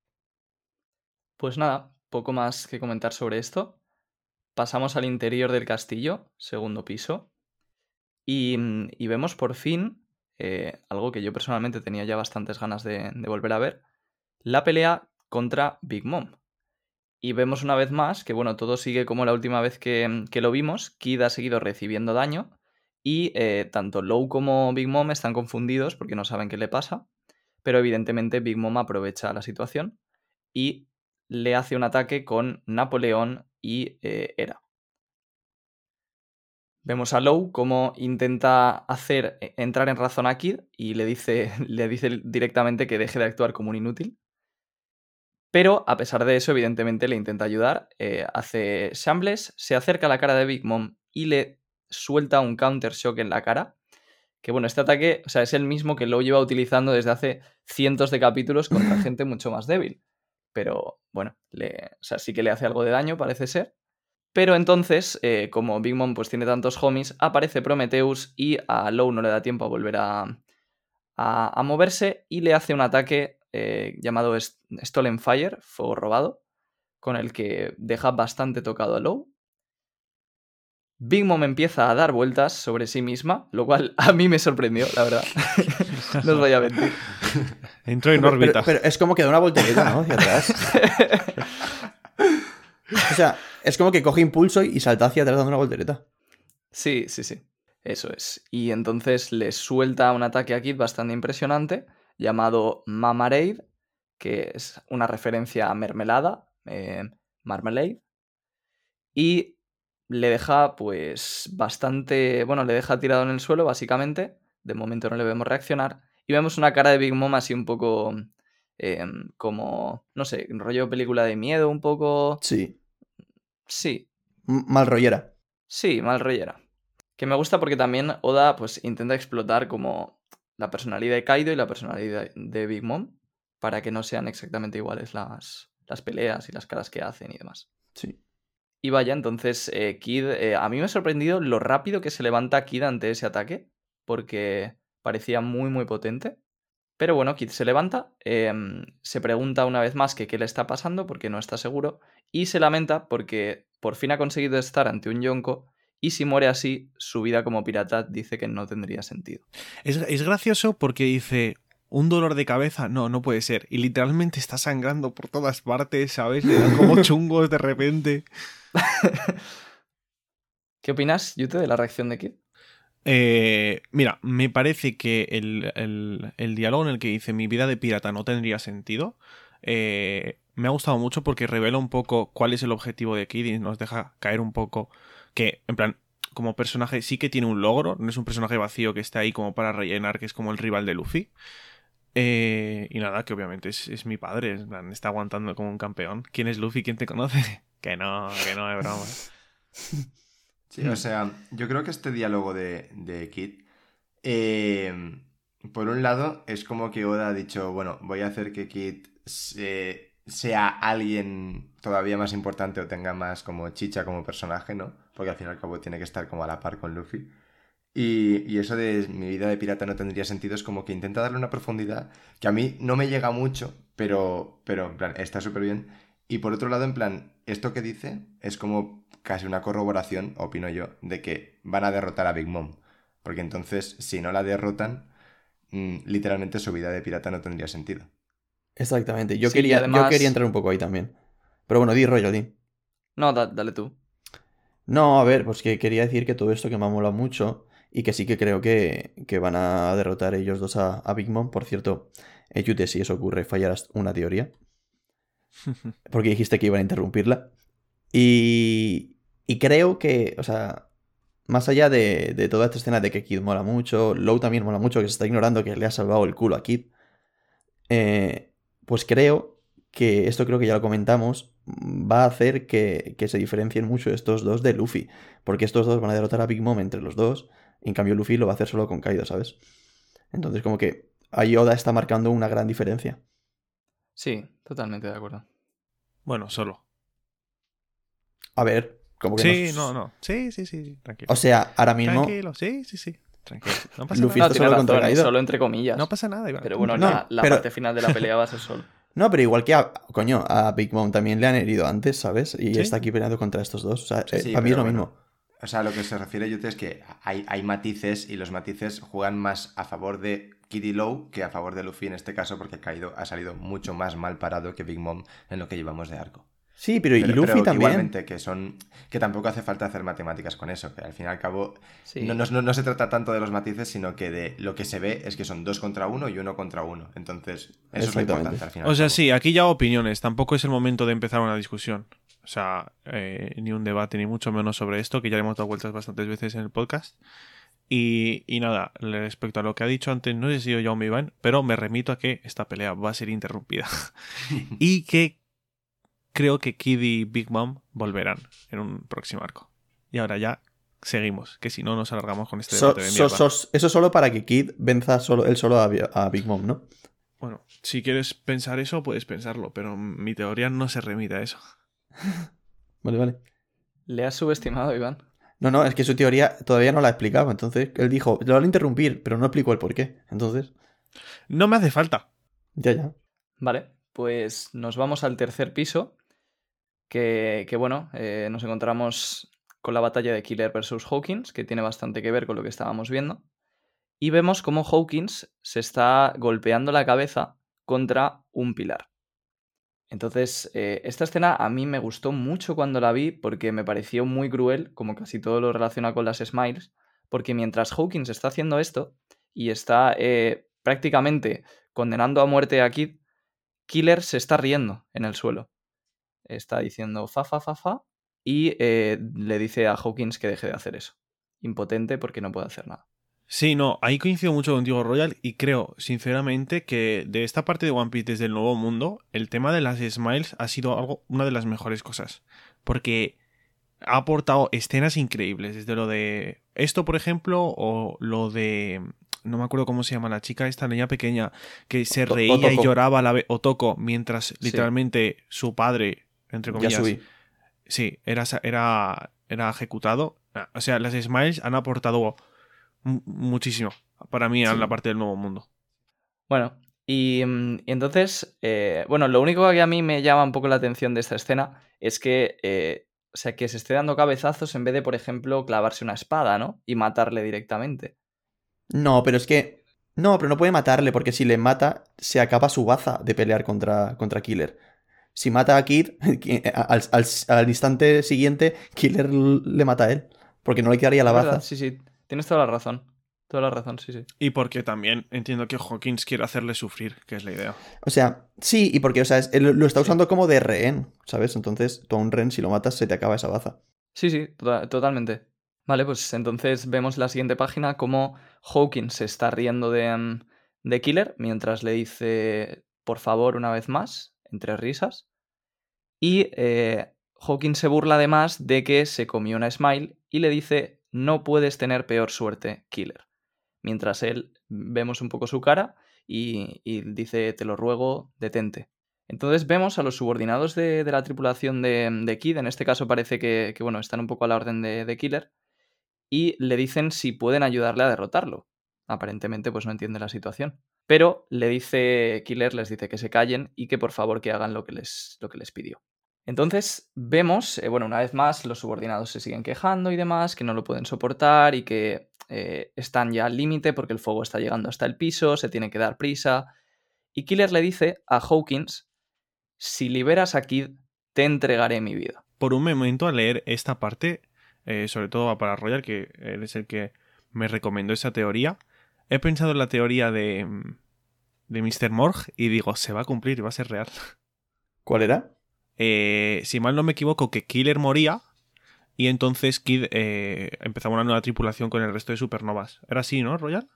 Pues nada, poco más que comentar sobre esto. Pasamos al interior del castillo, segundo piso, y, mm, y vemos por fin eh, algo que yo personalmente tenía ya bastantes ganas de, de volver a ver, la pelea contra Big Mom. Y vemos una vez más que, bueno, todo sigue como la última vez que, que lo vimos. Kid ha seguido recibiendo daño y eh, tanto Law como Big Mom están confundidos porque no saben qué le pasa, pero evidentemente Big Mom aprovecha la situación y le hace un ataque con Napoleón y eh, Hera. Vemos a Law como intenta hacer eh, entrar en razón a Kid y le dice, le dice directamente que deje de actuar como un inútil. Pero a pesar de eso, evidentemente le intenta ayudar. Eh, hace shambles, se acerca a la cara de Big Mom y le suelta un counter shock en la cara. Que bueno, este ataque, o sea, es el mismo que Law lleva utilizando desde hace cientos de capítulos contra gente mucho más débil. Pero bueno, le, o sea, sí que le hace algo de daño, parece ser. Pero entonces, eh, como Big Mom pues tiene tantos homies, aparece Prometheus y a Law no le da tiempo a volver a, a, a moverse y le hace un ataque eh, llamado Stolen Fire, fuego robado, con el que deja bastante tocado a Law. Big Mom empieza a dar vueltas sobre sí misma, lo cual a mí me sorprendió, la verdad. No os voy a mentir. Entró en Pero, órbita. pero- pero es como que da una voltereta, ¿no? Hacia atrás. O sea, es como que coge impulso y salta hacia atrás dando una voltereta. Sí, sí, sí. Eso es. Y entonces le suelta un ataque a Kid bastante impresionante, llamado Mamarade, que es una referencia a mermelada, eh, marmalade. Y le deja, pues, bastante... Bueno, le deja tirado en el suelo, básicamente. De momento no le vemos reaccionar. Y vemos una cara de Big Mom así un poco... eh, como... No sé, rollo película de miedo un poco... Sí. Sí, M- Mal rollera. sí, mal rollera. Que me gusta porque también Oda pues intenta explotar como la personalidad de Kaido y la personalidad de Big Mom para que no sean exactamente iguales las, las peleas y las caras que hacen y demás. Sí. Y vaya, entonces eh, Kid... eh, a mí me ha sorprendido lo rápido que se levanta Kid ante ese ataque porque parecía muy muy potente. Pero bueno, Kid se levanta, eh, se pregunta una vez más que qué le está pasando porque no está seguro y se lamenta porque por fin ha conseguido estar ante un Yonko y si muere así, su vida como pirata dice que no tendría sentido. Es, es gracioso porque dice, un dolor de cabeza, no, no puede ser. Y literalmente está sangrando por todas partes, ¿sabes? Le dan como chungos de repente. ¿Qué opinas, Yute, de la reacción de Kid? Eh, mira, me parece que el, el, el diálogo en el que dice mi vida de pirata no tendría sentido, eh, me ha gustado mucho porque revela un poco cuál es el objetivo de Kid y nos deja caer un poco que, en plan, como personaje sí que tiene un logro, no es un personaje vacío que está ahí como para rellenar, que es como el rival de Luffy. Eh, y nada, que obviamente es, es mi padre, en plan, está aguantando como un campeón. ¿Quién es Luffy? ¿Quién te conoce? Que no, que no, es broma. Sí, o sea, yo creo que este diálogo de, de Kid, eh, por un lado, es como que Oda ha dicho, bueno, voy a hacer que Kid se- sea alguien todavía más importante o tenga más como chicha como personaje, ¿no? Porque al fin y al cabo tiene que estar como a la par con Luffy. Y, y eso de mi vida de pirata no tendría sentido, es como que intenta darle una profundidad que a mí no me llega mucho, pero, pero en plan, está súper bien. Y por otro lado, en plan, esto que dice es como casi una corroboración, opino yo, de que van a derrotar a Big Mom. Porque entonces, si no la derrotan, mm, literalmente su vida de pirata no tendría sentido. Exactamente. Yo, Sí, quería, además- yo quería entrar un poco ahí también. Pero bueno, di rollo, di. No, da- dale tú. No, a ver, pues que quería decir que todo esto que me ha molado mucho y que sí que creo que, que van a derrotar ellos dos a, a Big Mom. Por cierto, eh, Yute, si eso ocurre, fallarás una teoría. Porque dijiste que iban a interrumpirla. Y, y creo que, o sea, más allá de, de toda esta escena de que Kid mola mucho, Law también mola mucho, que se está ignorando que le ha salvado el culo a Kid, eh, pues creo que, esto creo que ya lo comentamos, va a hacer que, que se diferencien mucho estos dos de Luffy. Porque estos dos van a derrotar a Big Mom entre los dos, y en cambio Luffy lo va a hacer solo con Kaido, ¿sabes? Entonces como que ahí Oda está marcando una gran diferencia. Sí, totalmente de acuerdo. Bueno, solo. A ver, como que Sí, no... no, no. Sí, sí, sí, tranquilo. O sea, ahora mismo... Tranquilo, sí, sí, sí. Tranquilo. No pasa Luffy nada. No, está tiene solo contra razón, es Kaido. solo entre comillas. No pasa nada, Iván. Pero bueno, No, la, la pero- parte final de la pelea va a ser solo. No, pero igual que a, coño, a Big Mom también le han herido antes, ¿sabes? Y Sí. está aquí peleando contra estos dos. O sea, Sí, eh, sí, para mí es pero lo bueno. mismo. O sea, lo que se refiere Yute es que hay, hay matices y los matices juegan más a favor de Kid y Law que a favor de Luffy en este caso porque Kaido ha salido mucho más mal parado que Big Mom en lo que llevamos de arco. Sí, pero, y Pero, Luffy pero también. igualmente que son que tampoco hace falta hacer matemáticas con eso, que al fin y al cabo Sí. no, no, no- no se trata tanto de los matices, sino que de lo que se ve es que son dos contra uno y uno contra uno. Entonces, eso es lo Exactamente. importante al final. O sea, sí, aquí ya opiniones. Tampoco es el momento de empezar una discusión. O sea, eh, ni un debate, ni mucho menos sobre esto, que ya le hemos dado vueltas bastantes veces en el podcast. Y, y nada, respecto a lo que ha dicho antes, no sé si yo me Iván, pero me remito a que esta pelea va a ser interrumpida. Y que creo que Kid y Big Mom volverán en un próximo arco. Y ahora ya seguimos, que si no nos alargamos con este So- debate de so- mierda. so- eso solo para que Kid venza solo, él solo a, Bi- a Big Mom, ¿no? Bueno, si quieres pensar eso, puedes pensarlo, pero mi teoría no se remite a eso. Vale, vale. Le has subestimado, Iván. No, no, es que su teoría todavía no la explicaba. Entonces, él dijo, lo van a interrumpir, pero no explicó el por qué. Entonces, No me hace falta. Ya, ya. Vale, pues nos vamos al tercer piso, que, que bueno, eh, nos encontramos con la batalla de Killer versus Hawkins, que tiene bastante que ver con lo que estábamos viendo, y vemos cómo Hawkins se está golpeando la cabeza contra un pilar. Entonces, eh, esta escena a mí me gustó mucho cuando la vi porque me pareció muy cruel, como casi todo lo relaciona con las Smiles, porque mientras Hawkins está haciendo esto y está eh, prácticamente condenando a muerte a Kid, Killer se está riendo en el suelo. Está diciendo fa, fa, fa, fa y eh, le dice a Hawkins que deje de hacer eso. Impotente porque no puede hacer nada. Sí, no, ahí coincido mucho contigo, Royal, y creo, sinceramente, que de esta parte de One Piece desde el Nuevo Mundo, el tema de las Smiles ha sido algo, una de las mejores cosas. Porque ha aportado escenas increíbles, desde lo de esto, por ejemplo, o lo de... No me acuerdo cómo se llama la chica esta, niña pequeña, que se O- reía y Otoko. lloraba a la vez, Otoko, mientras Sí. literalmente su padre, entre comillas, Yasui. sí, era, era, era ejecutado. O sea, las Smiles han aportado m- muchísimo para mí en Sí. la parte del Nuevo Mundo. Bueno, y, mm, y entonces, eh, bueno, lo único que a mí me llama un poco la atención de esta escena es que, eh, o sea, que se esté dando cabezazos en vez de, por ejemplo, clavarse una espada, ¿no? Y matarle directamente. No, pero es que... No, pero no puede matarle, porque si le mata, se acaba su baza de pelear contra, contra Killer. Si mata a Kid, al, al- al instante siguiente, Killer le mata a él. Porque no le quedaría la Es verdad, baza. sí, sí, tienes toda la razón. Toda la razón, sí, sí. Y porque también entiendo que Hawkins quiere hacerle sufrir, que es la idea. O sea, sí, y porque, o sea, es- él lo está Sí. usando como de rehén, ¿sabes? Entonces, tú a un rehén, si lo matas, se te acaba esa baza. Sí, sí, to- totalmente. Vale, pues entonces vemos la siguiente página como Hawkins se está riendo de, mm, de Killer mientras le dice por favor una vez más, entre risas. Y eh, Hawkins se burla además de que se comió una Smile y le dice no puedes tener peor suerte, Killer. Mientras él vemos un poco su cara y, y dice te lo ruego, detente. Entonces vemos a los subordinados de, de la tripulación de, de Kid, en este caso parece que, que, bueno, están un poco a la orden de, de Killer, y le dicen si pueden ayudarle a derrotarlo. Aparentemente pues no entiende la situación. Pero le dice Killer, les dice que se callen y que por favor que hagan lo que les, lo que les pidió. Entonces vemos, eh, bueno, una vez más los subordinados se siguen quejando y demás, que no lo pueden soportar y que eh, están ya al límite porque el fuego está llegando hasta el piso, se tiene que dar prisa. Y Killer le dice a Hawkins, si liberas a Kid, te entregaré mi vida. Por un momento, al leer esta parte, eh, sobre todo para Royal, que él es el que me recomendó esa teoría, he pensado en la teoría de, de míster Morg y digo, se va a cumplir y va a ser real. ¿Cuál era? Eh, si mal no me equivoco, que Killer moría y entonces Kid eh, empezaba una nueva tripulación con el resto de supernovas. ¿Era así, no, Royal?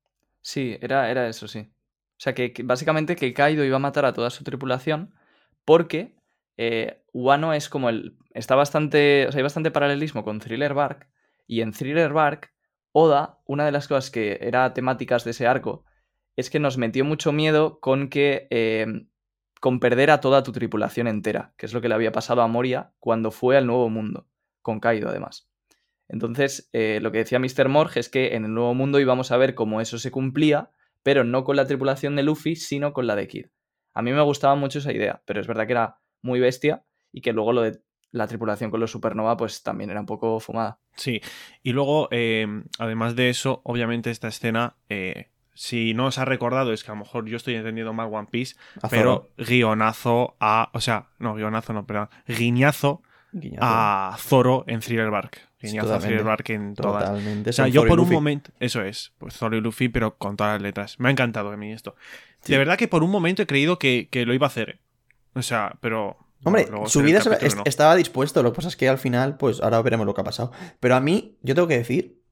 Sí, era, era eso, sí. O sea, que, que básicamente que Kaido iba a matar a toda su tripulación porque eh, Wano es como el... Está bastante... O sea, hay bastante paralelismo con Thriller Bark y en Thriller Bark, Oda, una de las cosas que era temáticas de ese arco es que nos metió mucho miedo con que... Eh, con perder a toda tu tripulación entera, que es lo que le había pasado a Moria cuando fue al Nuevo Mundo, con Kaido además. Entonces, eh, lo que decía míster Morg es que en el Nuevo Mundo íbamos a ver cómo eso se cumplía, pero no con la tripulación de Luffy, sino con la de Kid. A mí me gustaba mucho esa idea, pero es verdad que era muy bestia y que luego lo de la tripulación con los Supernova pues también era un poco fumada. Sí, y luego, eh, además de eso, obviamente esta escena, eh, si no os ha recordado, es que a lo mejor yo estoy entendiendo mal One Piece, A pero Zoro. guionazo a... O sea, no, guionazo no, perdón, guiñazo Guiñazo. a Zoro en Thriller Bark. Guiñazo a Totalmente. Thriller Bark en todas. Totalmente. O sea, son yo Zoro y por un Luffy. momento... Eso es, pues Zoro y Luffy, pero con todas las letras. Me ha encantado a mí esto. Sí. De verdad que por un momento he creído que, que lo iba a hacer. ¿eh? O sea, pero... Hombre, bueno, luego su en el vida se la- capítulo est- no. estaba dispuesto. Lo que pasa es que al final, pues ahora veremos lo que ha pasado. Pero a mí, yo tengo que decir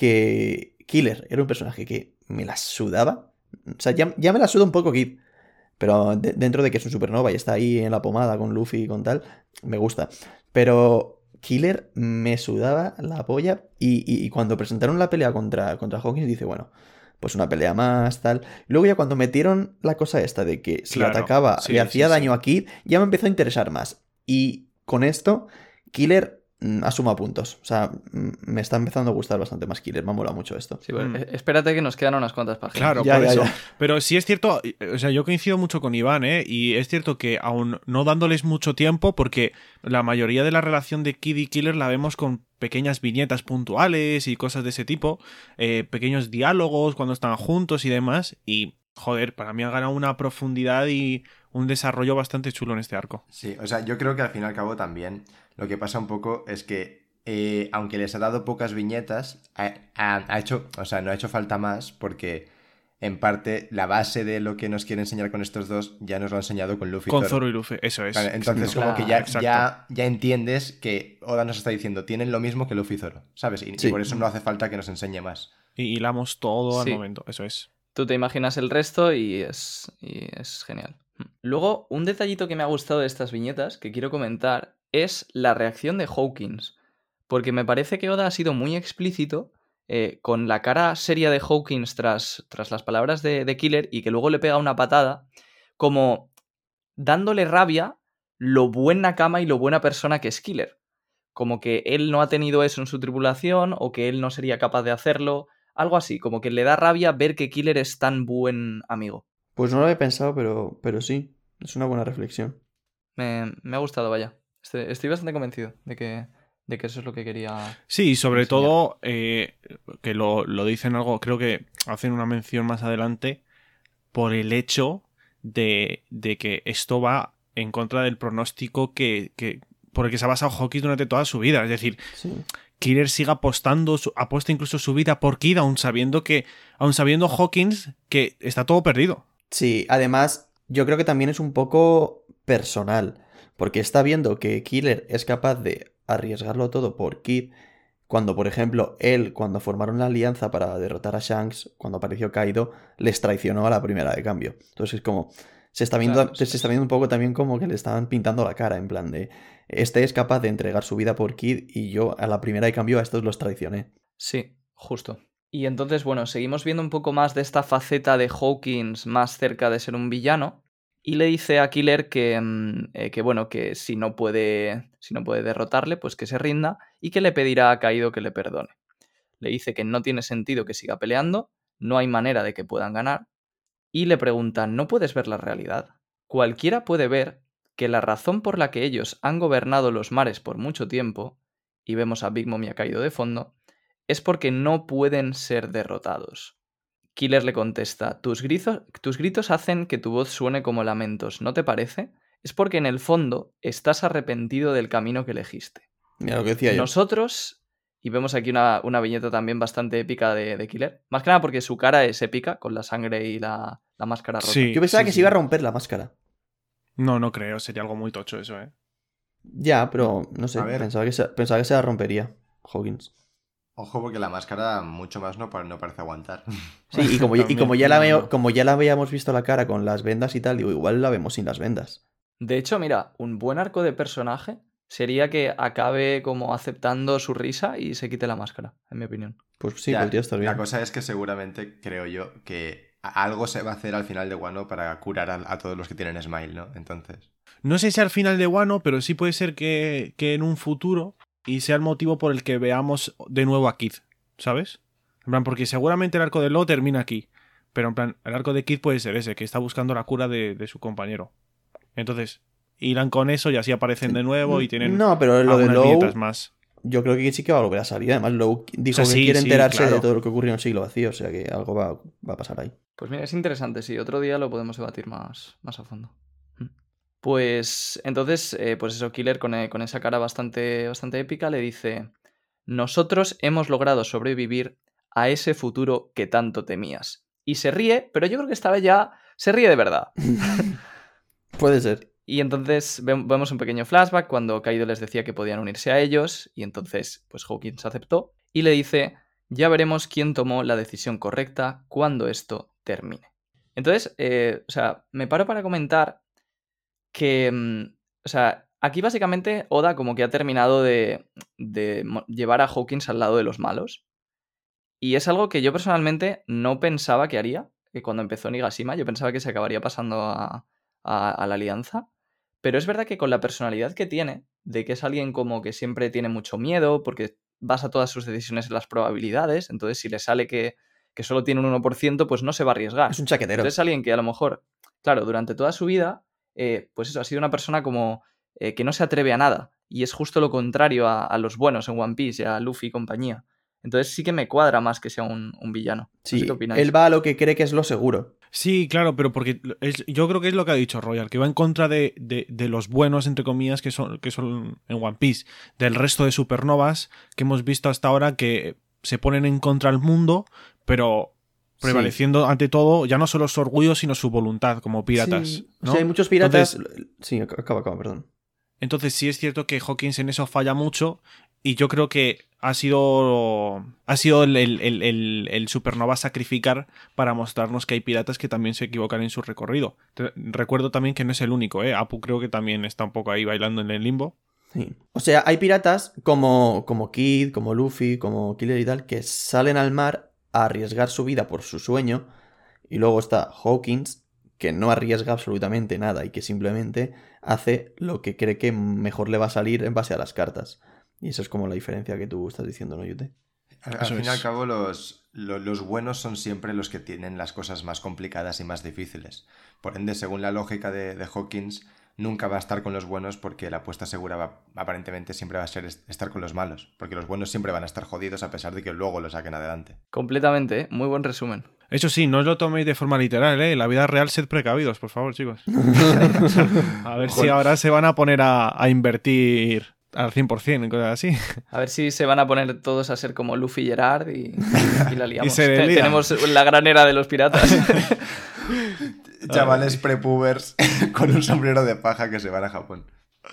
que Killer era un personaje que me la sudaba. O sea, ya, ya me la suda un poco Kid. Pero de- dentro de que es un supernova y está ahí en la pomada con Luffy y con tal, me gusta. Pero Killer me sudaba la polla. Y, y- y cuando presentaron la pelea contra, contra Hawkins, dice, bueno, pues una pelea más, tal. Luego ya cuando metieron la cosa esta de que si Claro, atacaba sí, le hacía sí, daño sí. a Kid, ya me empezó a interesar más. Y con esto, Killer mm, ha sumado puntos. O sea, mm, me está empezando a gustar bastante más Killer. Me ha molado mucho esto. Sí, pues, Mm. eh, espérate que nos quedan unas cuantas páginas. Claro, Ya, por ya, eso. ya. Pero sí es cierto, o sea, yo coincido mucho con Iván, ¿eh? Y es cierto que aún no dándoles mucho tiempo, porque la mayoría de la relación de Kid y Killer la vemos con pequeñas viñetas puntuales y cosas de ese tipo, eh, pequeños diálogos cuando están juntos y demás, y joder, para mí ha ganado una profundidad y un desarrollo bastante chulo en este arco. Sí, o sea, yo creo que al fin y al cabo también lo que pasa un poco es que eh, aunque les ha dado pocas viñetas, ha, ha- ha hecho, o sea, no ha hecho falta más porque en parte la base de lo que nos quiere enseñar con estos dos ya nos lo ha enseñado con Luffy y Con Zoro. Zoro y Luffy, eso es. Vale, entonces Claro, como que ya, exacto. ya, ya entiendes que Oda nos está diciendo tienen lo mismo que Luffy y Zoro, ¿sabes? Y, y Sí. por eso no hace falta que nos enseñe más. Y hilamos todo Sí. al momento, eso es. Tú te imaginas el resto y es, y es genial. Luego, un detallito que me ha gustado de estas viñetas, que quiero comentar, es la reacción de Hawkins. Porque me parece que Oda ha sido muy explícito eh, con la cara seria de Hawkins tras, tras las palabras de, de Killer y que luego le pega una patada, como dándole rabia lo buena cama y lo buena persona que es Killer. Como que él no ha tenido eso en su tripulación o que él no sería capaz de hacerlo. Algo así, como que le da rabia ver que Killer es tan buen amigo. Pues no lo había pensado, pero, pero sí. Es una buena reflexión. Me, me ha gustado, vaya. Estoy, estoy bastante convencido de que, de que eso es lo que quería. Sí, y sobre enseñar. todo, eh, que lo, lo dicen algo, creo que hacen una mención más adelante, por el hecho de, de que esto va en contra del pronóstico que, que por el que se ha basado Hawkins durante toda su vida. Es decir, Sí. Killer sigue apostando, su- apuesta incluso su vida por Kid, aun sabiendo que, aun sabiendo Hawkins que está todo perdido. Sí, además, yo creo que también es un poco personal, porque está viendo que Killer es capaz de arriesgarlo todo por Kid, cuando, por ejemplo, él, cuando formaron la alianza para derrotar a Shanks, cuando apareció Kaido, les traicionó a la primera de cambio. Entonces es como, se está viendo, Claro, se sí, está viendo un poco también como que le estaban pintando la cara, en plan de, este es capaz de entregar su vida por Kid y yo a la primera de cambio a estos los traicioné. Sí, justo. Y entonces, bueno, seguimos viendo un poco más de esta faceta de Hawkins más cerca de ser un villano. Y le dice a Killer que, mm, eh, que bueno, que si no puede. Si no puede derrotarle, pues que se rinda. Y que le pedirá a Kaido que le perdone. Le dice que no tiene sentido que siga peleando. No hay manera de que puedan ganar. Y le pregunta, ¿no puedes ver la realidad? Cualquiera puede ver que la razón por la que ellos han gobernado los mares por mucho tiempo, y vemos a Big Mom y a Kaido de fondo, es porque no pueden ser derrotados. Killer le contesta, tus gritos, tus gritos hacen que tu voz suene como lamentos, ¿no te parece? Es porque en el fondo estás arrepentido del camino que elegiste. Mira lo que decía yo. Nosotros, y vemos aquí una, una viñeta también bastante épica de, de Killer, más que nada porque su cara es épica, con la sangre y la, la máscara rota. Sí. Yo pensaba que sí. se iba a romper la máscara. No, no creo, sería algo muy tocho eso, ¿eh? Ya, pero no sé, A ver. pensaba que, se, pensaba que se la rompería Hawkins. Ojo porque la máscara mucho más no, pa- no parece aguantar. Sí, y como, y También, como, ya la no, veo, no. como ya la habíamos visto la cara con las vendas y tal, digo, igual la vemos sin las vendas. De hecho, mira, un buen arco de personaje sería que acabe como aceptando su risa y se quite la máscara, en mi opinión. Pues sí, Ya, podría estar bien. La cosa es que seguramente, creo yo, que a- algo se va a hacer al final de Wano para curar a, a todos los que tienen Smile, ¿no? Entonces... No sé si al final de Wano, pero sí puede ser que, que en un futuro y sea el motivo por el que veamos de nuevo a Kid, ¿sabes? En plan, porque seguramente el arco de Law termina aquí, pero en plan, el arco de Kid puede ser ese, que está buscando la cura de, de su compañero. Entonces, irán con eso y así aparecen de nuevo y tienen No, pero lo de algunas Low, viñetas más. yo creo que sí que va a volver a salir. Además, Low dijo O sea, que sí, quiere sí, enterarse claro. de todo lo que ocurrió en el siglo vacío, o sea que algo va, va a pasar ahí. Pues mira, es interesante, sí. Otro día lo podemos debatir más, más a fondo. Mm. Pues entonces, eh, pues eso, Killer con, eh, con esa cara bastante, bastante épica le dice, nosotros hemos logrado sobrevivir a ese futuro que tanto temías. Y se ríe, pero yo creo que esta vez ya se ríe de verdad. Puede ser. Y entonces ve- vemos un pequeño flashback cuando Kaido les decía que podían unirse a ellos y entonces pues Hawkins aceptó y le dice, ya veremos quién tomó la decisión correcta cuando esto termine. Entonces, eh, o sea, me paro para comentar que, mm, o sea, aquí básicamente Oda como que ha terminado de, de mo- llevar a Hawkins al lado de los malos y es algo que yo personalmente no pensaba que haría, que cuando empezó Nigashima yo pensaba que se acabaría pasando a, a- a la alianza. Pero es verdad que con la personalidad que tiene, de que es alguien como que siempre tiene mucho miedo, porque basa todas sus decisiones en las probabilidades, entonces si le sale que, que solo tiene un uno por ciento, pues no se va a arriesgar. Es un chaquetero. Entonces es alguien que a lo mejor, claro, durante toda su vida, eh, pues eso, ha sido una persona como eh, que no se atreve a nada, y es justo lo contrario a, a los buenos en One Piece y a Luffy y compañía. Entonces sí que me cuadra más que sea un, un villano. No sé Sí, qué opináis. él va a lo que cree que es lo seguro. Sí, claro, pero porque es- yo creo que es lo que ha dicho Royal, que va en contra de, de- de los buenos, entre comillas, que son, que son en One Piece, del resto de supernovas que hemos visto hasta ahora que se ponen en contra del mundo, pero prevaleciendo ante todo ya no solo su orgullo, sino su voluntad como piratas. Sí. ¿no? O sea, hay muchos piratas... Entonces, Sí, acaba, acaba, perdón. entonces sí es cierto que Hawkins en eso falla mucho y yo creo que ha sido ha sido el, el, el, el, el supernova a sacrificar para mostrarnos que hay piratas que también se equivocan en su recorrido. Te- recuerdo también que no es el único, ¿eh? Apu creo que también está un poco ahí bailando en el limbo. Sí. O sea, hay piratas como, como Kid, como Luffy, como Killer y tal, que salen al mar a arriesgar su vida por su sueño. Y luego está Hawkins, que no arriesga absolutamente nada y que simplemente hace lo que cree que mejor le va a salir en base a las cartas. Y eso es como la diferencia que tú estás diciendo, ¿no, Yute? Al, al Eso fin y al es. cabo, los, lo- los buenos son siempre los que tienen las cosas más complicadas y más difíciles. Por ende, según la lógica de, de Hawkins, nunca va a estar con los buenos porque la apuesta segura va- aparentemente siempre va a ser est- estar con los malos. Porque los buenos siempre van a estar jodidos a pesar de que luego lo saquen adelante. Completamente, ¿eh? Muy buen resumen. Eso sí, no os lo toméis de forma literal, ¿eh? En la vida real, sed precavidos, por favor, chicos. A ver si ahora se van a poner a, a invertir al cien por ciento en cosas así. A ver si se van a poner todos a ser como Luffy y Gerard y, y la liamos. Y se Te- lían. Tenemos la gran era de los piratas. Chavales prepubers con un sombrero de paja que se van a Japón.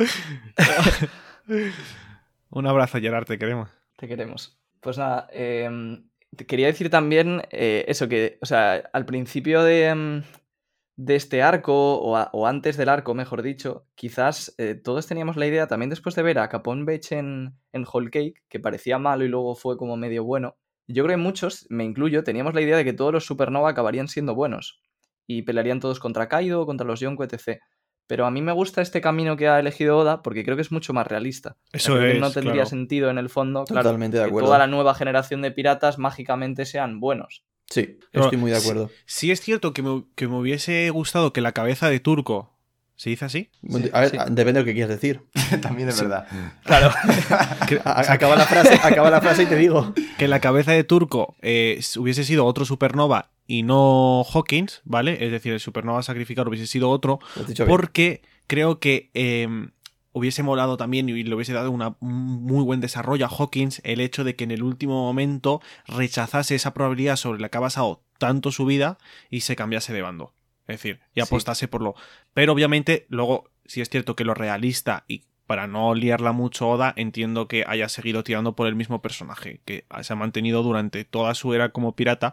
Un abrazo, Gerard, te queremos. Te queremos. Pues nada, eh, te quería decir también eh, eso, que, o sea, al principio de, mm, de este arco, o, a- o antes del arco, mejor dicho, quizás eh, todos teníamos la idea, también después de ver a Capone Beach en, en Whole Cake, que parecía malo y luego fue como medio bueno, yo creo que muchos, me incluyo, teníamos la idea de que todos los Supernova acabarían siendo buenos y pelearían todos contra Kaido, contra los Yonko, etcétera. Pero a mí me gusta este camino que ha elegido Oda porque creo que es mucho más realista. O sea, Eso creo que es, no tendría claro. sentido en el fondo, claro, Totalmente de que acuerdo. toda la nueva generación de piratas mágicamente sean buenos. Sí, Pero estoy muy de acuerdo. Sí es cierto que me, que me hubiese gustado que la cabeza de Turco... ¿Se dice así? Sí, a ver, sí. depende de lo que quieras decir. También es verdad. Claro. Que, A- acaba la frase, acaba la frase y te digo. que la cabeza de Turco eh, hubiese sido otro supernova y no Hawkins, ¿vale? Es decir, el supernova sacrificado hubiese sido otro, Lo has dicho bien. porque creo que eh, hubiese molado también y le hubiese dado una, un muy buen desarrollo a Hawkins el hecho de que en el último momento rechazase esa probabilidad sobre la que ha basado tanto su vida y se cambiase de bando. Es decir, y Sí. apostase por lo... Pero obviamente, luego, si es cierto que lo realista y para no liarla mucho Oda, entiendo que haya seguido tirando por el mismo personaje, que se ha mantenido durante toda su era como pirata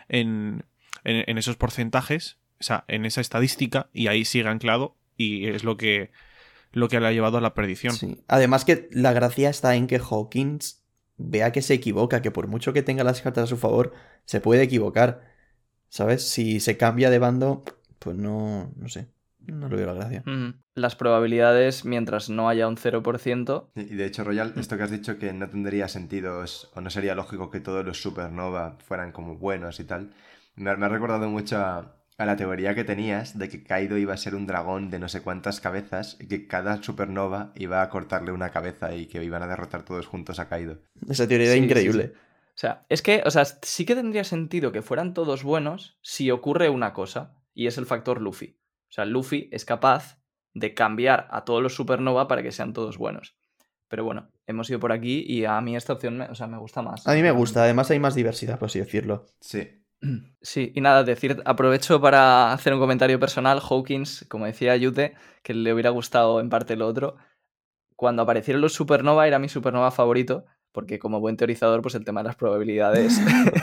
en, en, en esos porcentajes, o sea, en esa estadística, y ahí sigue anclado, y es lo que, lo que le ha llevado a la perdición. Sí. Además que la gracia está en que Hawkins vea que se equivoca, que por mucho que tenga las cartas a su favor, se puede equivocar. ¿Sabes? Si se cambia de bando, pues no, no sé. No le veo la gracia. Ujú. Las probabilidades, mientras no haya un cero por ciento, Y y de hecho, Royal, esto que has dicho que no tendría sentido es- o no sería lógico que todos los supernova fueran como buenos y tal, me ha, me ha recordado mucho a, a la teoría que tenías de que Kaido iba a ser un dragón de no sé cuántas cabezas y que cada supernova iba a cortarle una cabeza y que iban a derrotar todos juntos a Kaido. Esa teoría era Sí, sí, increíble. sí. O sea, es que, o sea, sí que tendría sentido que fueran todos buenos si ocurre una cosa, y es el factor Luffy. O sea, Luffy es capaz de cambiar a todos los supernova para que sean todos buenos. Pero bueno, hemos ido por aquí y a mí esta opción me, o sea, me gusta más. A mí me gusta, además hay más diversidad, por así decirlo. Sí. Sí, y nada, decir, aprovecho para hacer un comentario personal. Hawkins, como decía Yute, que le hubiera gustado en parte lo otro. Cuando aparecieron los supernova era mi supernova favorito, porque como buen teorizador, pues el tema de las probabilidades,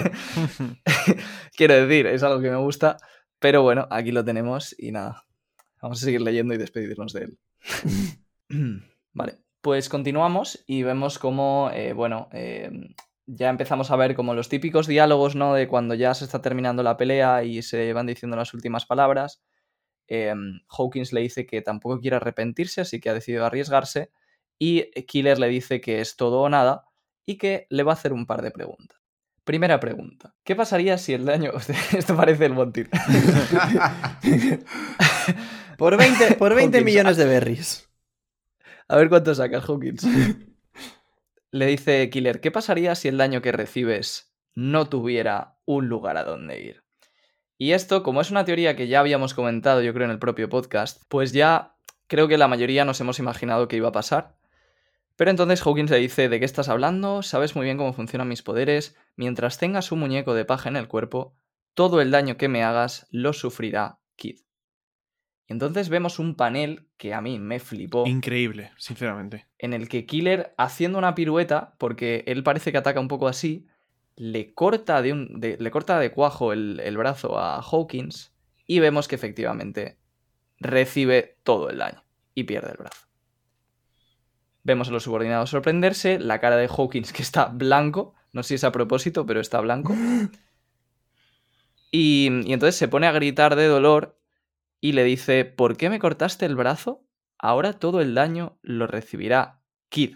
quiero decir, es algo que me gusta. Pero bueno, aquí lo tenemos y nada, vamos a seguir leyendo y despedirnos de él. Vale, pues continuamos y vemos cómo, eh, bueno, eh, ya empezamos a ver como los típicos diálogos, ¿no? De cuando ya se está terminando la pelea y se van diciendo las últimas palabras. eh, Hawkins le dice que tampoco quiere arrepentirse, así que ha decidido arriesgarse, y Killer le dice que es todo o nada y que le va a hacer un par de preguntas. Primera pregunta. ¿Qué pasaría si el daño... Esto parece el Monty. Por veinte, por veinte Hawkins, millones de berries. A ver cuánto sacas, Hawkins. Le dice Killer, ¿qué pasaría si el daño que recibes no tuviera un lugar a donde ir? Y esto, como es una teoría que ya habíamos comentado, yo creo, en el propio podcast, pues ya creo que la mayoría nos hemos imaginado que iba a pasar. Pero entonces Hawkins le dice, ¿de qué estás hablando? Sabes muy bien cómo funcionan mis poderes. Mientras tengas un muñeco de paja en el cuerpo, todo el daño que me hagas lo sufrirá Kid. Y entonces vemos un panel que a mí me flipó. Increíble, sinceramente. En el que Killer, haciendo una pirueta, porque él parece que ataca un poco así, le corta de, un, de, le corta de cuajo el, el brazo a Hawkins y vemos que efectivamente recibe todo el daño y pierde el brazo. Vemos a los subordinados sorprenderse, la cara de Hawkins que está blanco, no sé si es a propósito, pero está blanco. Y, y entonces se pone a gritar de dolor y le dice, ¿por qué me cortaste el brazo? Ahora todo el daño lo recibirá Kid.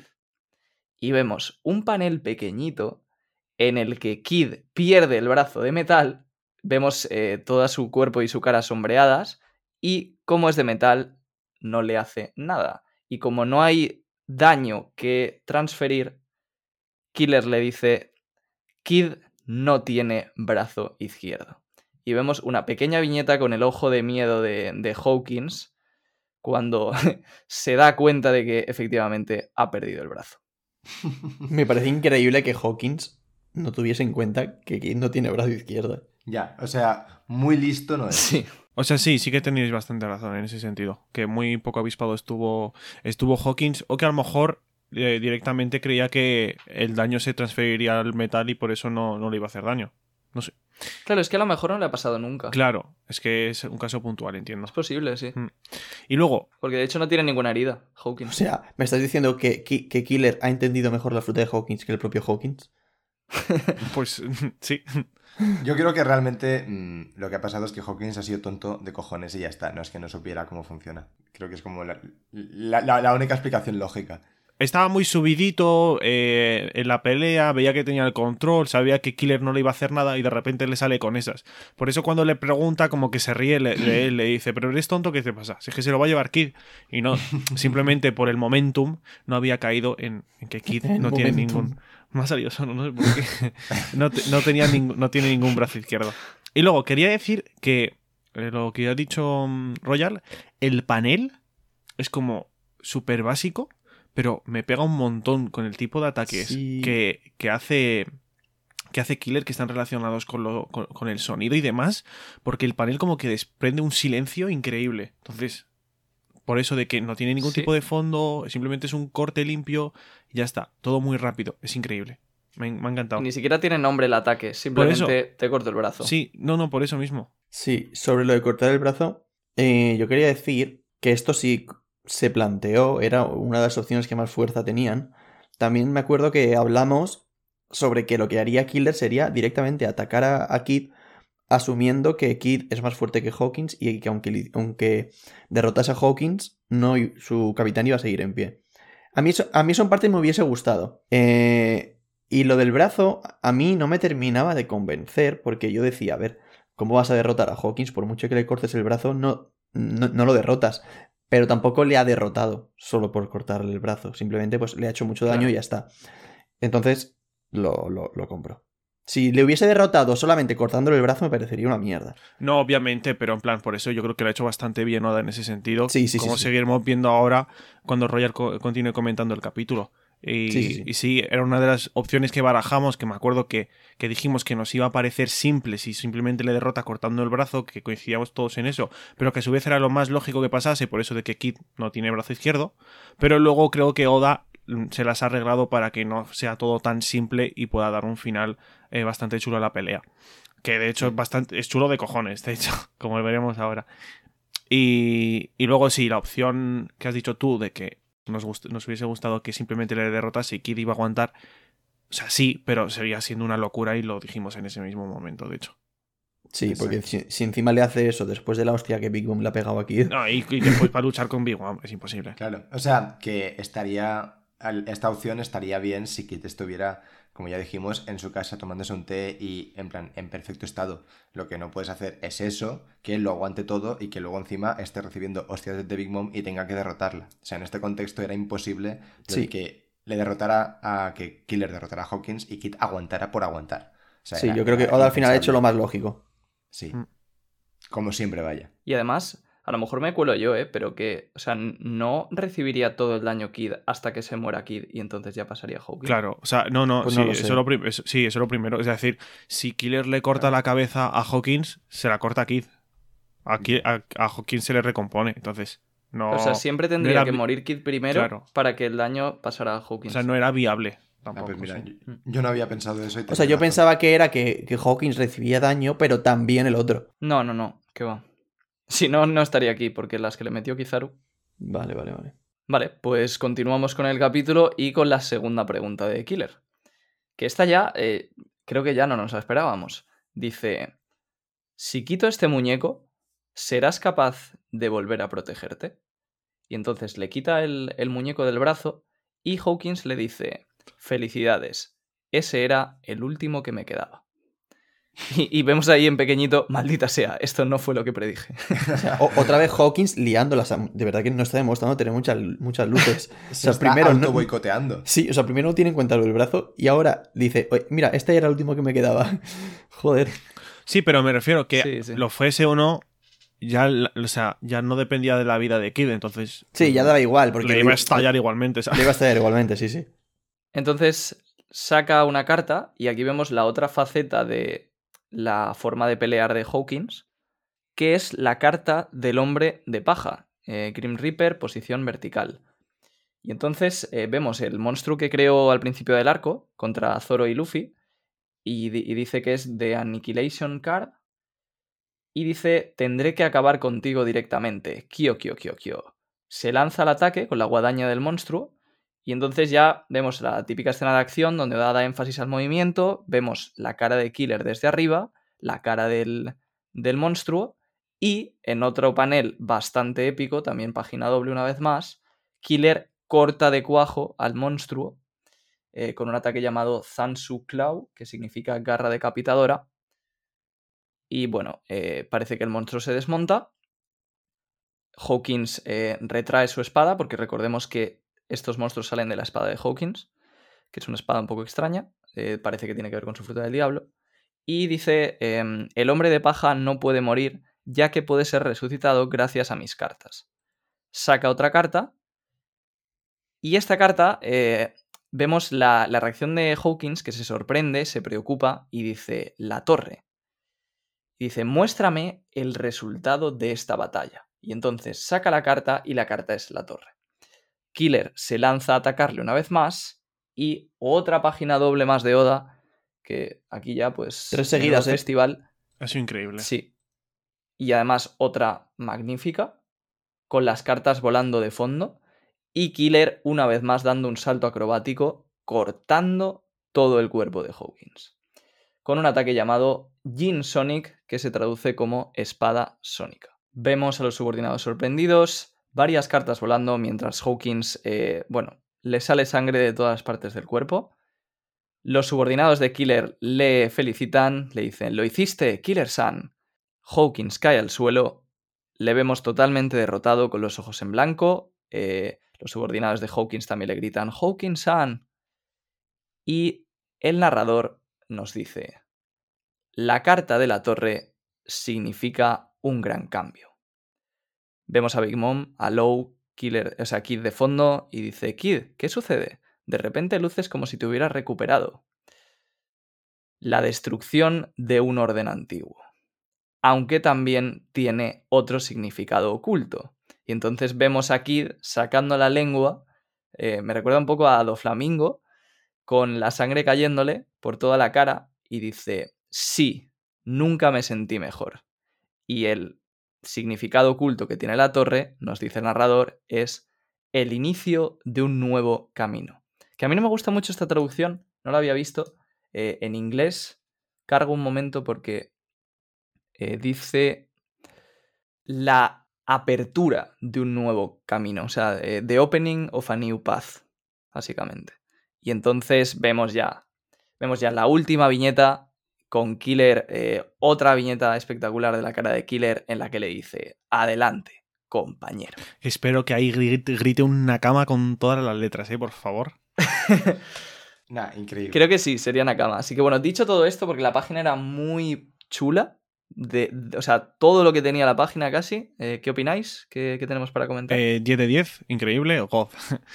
Y vemos un panel pequeñito en el que Kid pierde el brazo de metal, vemos eh, todo su cuerpo y su cara sombreadas, y como es de metal, no le hace nada. Y como no hay daño que transferir, Killer le dice, Kid no tiene brazo izquierdo. Y vemos una pequeña viñeta con el ojo de miedo de, de Hawkins cuando se da cuenta de que efectivamente ha perdido el brazo. Me parece increíble que Hawkins no tuviese en cuenta que Kid no tiene brazo izquierdo. Ya, o sea, muy listo no es. Sí. O sea, sí, sí que tenéis bastante razón en ese sentido. Que muy poco avispado estuvo, estuvo Hawkins, o que a lo mejor eh, directamente creía que el daño se transferiría al metal y por eso no, no le iba a hacer daño. No sé. Claro, es que a lo mejor no le ha pasado nunca. Claro, es que es un caso puntual, entiendo. Es posible, sí. Mm. Y luego... Porque de hecho no tiene ninguna herida, O Hawkins. sea, ¿me estás diciendo que, que, que Killer ha entendido mejor la fruta de Hawkins que el propio Hawkins? Pues sí. Yo creo que realmente mmm, lo que ha pasado es que Hawkins ha sido tonto de cojones y ya está. No es que no supiera cómo funciona. Creo que es como la, la, la, la única explicación lógica. Estaba muy subidito eh, en la pelea, veía que tenía el control, sabía que Killer no le iba a hacer nada y de repente le sale con esas. Por eso cuando le pregunta, como que se ríe de le, él, le dice, pero eres tonto, ¿qué te pasa? Si es que se lo va a llevar Kid. Y no, simplemente por el momentum no había caído en, en que Kid no tiene ningún... Me ha salido solo, no sé por qué. No, te, no, tenía ning, no tiene ningún brazo izquierdo. Y luego, quería decir que eh, lo que ha dicho um, Royal, el panel es como súper básico, pero me pega un montón con el tipo de ataques sí. que, que hace que hace Killer, que están relacionados con, lo, con, con el sonido y demás, porque el panel como que desprende un silencio increíble. Entonces, por eso de que no tiene ningún sí. tipo de fondo, simplemente es un corte limpio y ya está, todo muy rápido, es increíble. Me, me ha encantado. Ni siquiera tiene nombre el ataque, simplemente te corto el brazo. Sí, no, no, por eso mismo. Sí, sobre lo de cortar el brazo, eh, yo quería decir que esto sí se planteó, era una de las opciones que más fuerza tenían. También me acuerdo que hablamos sobre que lo que haría Killer sería directamente atacar a, a Kid, asumiendo que Kid es más fuerte que Hawkins y que aunque, aunque derrotase a Hawkins, no, su capitán iba a seguir en pie. A mí, a mí eso en parte me hubiese gustado. Eh, y lo del brazo, a mí no me terminaba de convencer, porque yo decía, a ver, ¿cómo vas a derrotar a Hawkins? Por mucho que le cortes el brazo, no, no, no lo derrotas. Pero tampoco le ha derrotado solo por cortarle el brazo. Simplemente pues le ha hecho mucho daño claro. y ya está. Entonces, lo, lo, lo compro. Si le hubiese derrotado solamente cortándole el brazo, me parecería una mierda. No, obviamente, pero en plan, por eso yo creo que lo ha hecho bastante bien Oda en ese sentido. Sí, sí, como sí, seguiremos sí. viendo ahora cuando Royal co- continúe comentando el capítulo. Y sí, sí, sí. y sí, era una de las opciones que barajamos, que me acuerdo que, que dijimos que nos iba a parecer simple si simplemente le derrota cortando el brazo, que coincidíamos todos en eso, pero que a su vez era lo más lógico que pasase, por eso de que Kid no tiene brazo izquierdo. Pero luego creo que Oda se las ha arreglado para que no sea todo tan simple y pueda dar un final eh, bastante chulo a la pelea. Que de hecho es bastante es chulo de cojones, de hecho, como veremos ahora. Y, y luego sí, la opción que has dicho tú de que Nos, gust- nos hubiese gustado que simplemente le derrotase y Kid iba a aguantar. O sea, sí, pero seguía siendo una locura y lo dijimos en ese mismo momento, de hecho. Sí, porque Exacto. si, si encima le hace eso después de la hostia que Big Mom le ha pegado aquí. No, y, y después para luchar con Big Mom es imposible. Claro, o sea, que estaría, al- esta opción estaría bien si Kit estuviera, como ya dijimos, en su casa tomándose un té y en plan, en perfecto estado. Lo que no puedes hacer es eso, que él lo aguante todo y que luego encima esté recibiendo hostias de Big Mom y tenga que derrotarla. O sea, en este contexto era imposible lo de Sí, que le derrotara a, que Killer derrotara a Hawkins y Kit aguantara por aguantar. O sea, sí, era, yo creo que era Oda al final ha hecho lo impensable. más lógico. Sí, Mm. como siempre vaya. Y además, a lo mejor me cuelo yo, ¿eh? Pero que, o sea, n- no recibiría todo el daño Kid hasta que se muera Kid y entonces ya pasaría Hawkins. Claro, o sea, no, no, Pues sí, no lo eso sé. es lo prim- eso- sí, eso es lo primero. Es decir, si Killer le corta Claro. la cabeza a Hawkins, se la corta a Kid. A, Ki- a, a Hawkins se le recompone. Entonces, no. O sea, siempre no tendría era que vi- morir Kid primero Claro. para que el daño pasara a O Hawkins. sea, no era viable Ah, tampoco. pues mira, sí. yo, yo no había pensado eso y O sea, tenías yo razón. pensaba que era que, que Hawkins recibía daño, pero también el otro. No, no, no, que va. Si no, no estaría aquí, porque las que le metió Kizaru. Vale, vale, vale. Vale, pues continuamos con el capítulo y con la segunda pregunta de Killer. Que esta ya, eh, creo que ya no nos la esperábamos. Dice, si quito este muñeco, ¿serás capaz de volver a protegerte? Y entonces le quita el, el muñeco del brazo y Hawkins le dice, felicidades, ese era el último que me quedaba. Y, y vemos ahí en pequeñito, maldita sea, esto no fue lo que predije. O sea, o- otra vez Hawkins liándolas. a- De verdad que no está demostrando tener muchas, muchas luces. O Se sea, está primero no, auto boicoteando. sí, o sea, primero no tiene en cuenta lo del brazo y ahora dice, "Oye, mira, este era el último que me quedaba." Joder. Sí, pero me refiero que Sí, sí. lo fuese o no, ya, la- o sea, ya no dependía de la vida de Kid, entonces. Sí, ya daba igual. Porque le iba a estallar igualmente, ¿sabes? Le iba a estallar igualmente, sí, sí. Entonces saca una carta y aquí vemos la otra faceta de la forma de pelear de Hawkins, que es la carta del hombre de paja, eh, Grim Reaper, posición vertical. Y entonces eh, vemos el monstruo que creó al principio del arco contra Zoro y Luffy y, di- y dice que es The Annihilation Card y dice tendré que acabar contigo directamente, Kyo Kyo Kyo Kyo. Se lanza al ataque con la guadaña del monstruo y entonces ya vemos la típica escena de acción donde da énfasis al movimiento, vemos la cara de Killer desde arriba, la cara del, del monstruo y en otro panel bastante épico, también página doble una vez más, Killer corta de cuajo al monstruo eh, con un ataque llamado Zansu Claw, que significa garra decapitadora. Y bueno, eh, parece que el monstruo se desmonta. Hawkins eh, retrae su espada, porque recordemos que estos monstruos salen de la espada de Hawkins, que es una espada un poco extraña, eh, parece que tiene que ver con su fruta del diablo. Y dice, eh, el hombre de paja no puede morir, ya que puede ser resucitado gracias a mis cartas. Saca otra carta, y esta carta eh, vemos la, la reacción de Hawkins, que se sorprende, se preocupa y dice, la torre. Y dice, muéstrame el resultado de esta batalla. Y entonces saca la carta y la carta es la torre. Killer se lanza a atacarle una vez más y otra página doble más de Oda, que aquí ya pues... Tres menudo seguidas, ¿eh? festival. Ha sido increíble. Sí. Y además otra magnífica, con las cartas volando de fondo. Y Killer una vez más dando un salto acrobático, cortando todo el cuerpo de Hawkins. Con un ataque llamado Jin Sonic, que se traduce como espada sónica. Vemos a los subordinados sorprendidos, varias cartas volando mientras Hawkins, eh, bueno, le sale sangre de todas partes del cuerpo. Los subordinados de Killer le felicitan, le dicen, lo hiciste, Killer-san. Hawkins cae al suelo, le vemos totalmente derrotado con los ojos en blanco. Eh, los subordinados de Hawkins también le gritan, Hawkins-san. Y el narrador nos dice, la carta de la torre significa un gran cambio. Vemos a Big Mom, a Low, Killer, o sea, Kid de fondo y dice, Kid, ¿qué sucede? De repente luces como si te hubieras recuperado. La destrucción de un orden antiguo. Aunque también tiene otro significado oculto. Y entonces vemos a Kid sacando la lengua, eh, me recuerda un poco a Doflamingo, con la sangre cayéndole por toda la cara y dice, sí, nunca me sentí mejor. Y el significado oculto que tiene la torre, nos dice el narrador, es el inicio de un nuevo camino. Que a mí no me gusta mucho esta traducción, no la había visto. Eh, en inglés cargo un momento porque eh, dice la apertura de un nuevo camino, o sea, eh, the opening of a new path, básicamente. Y entonces vemos ya, vemos ya la última viñeta con Killer, eh, otra viñeta espectacular de la cara de Killer en la que le dice, adelante, compañero. Espero que ahí grite, grite una cama con todas las letras, ¿eh? Por favor. Nah, increíble. Creo que sí, sería Nakama. Así que bueno, dicho todo esto, porque la página era muy chula, de, de, o sea, todo lo que tenía la página casi, eh, ¿qué opináis? ¿Qué, qué tenemos para comentar? Eh, diez de diez, increíble, God.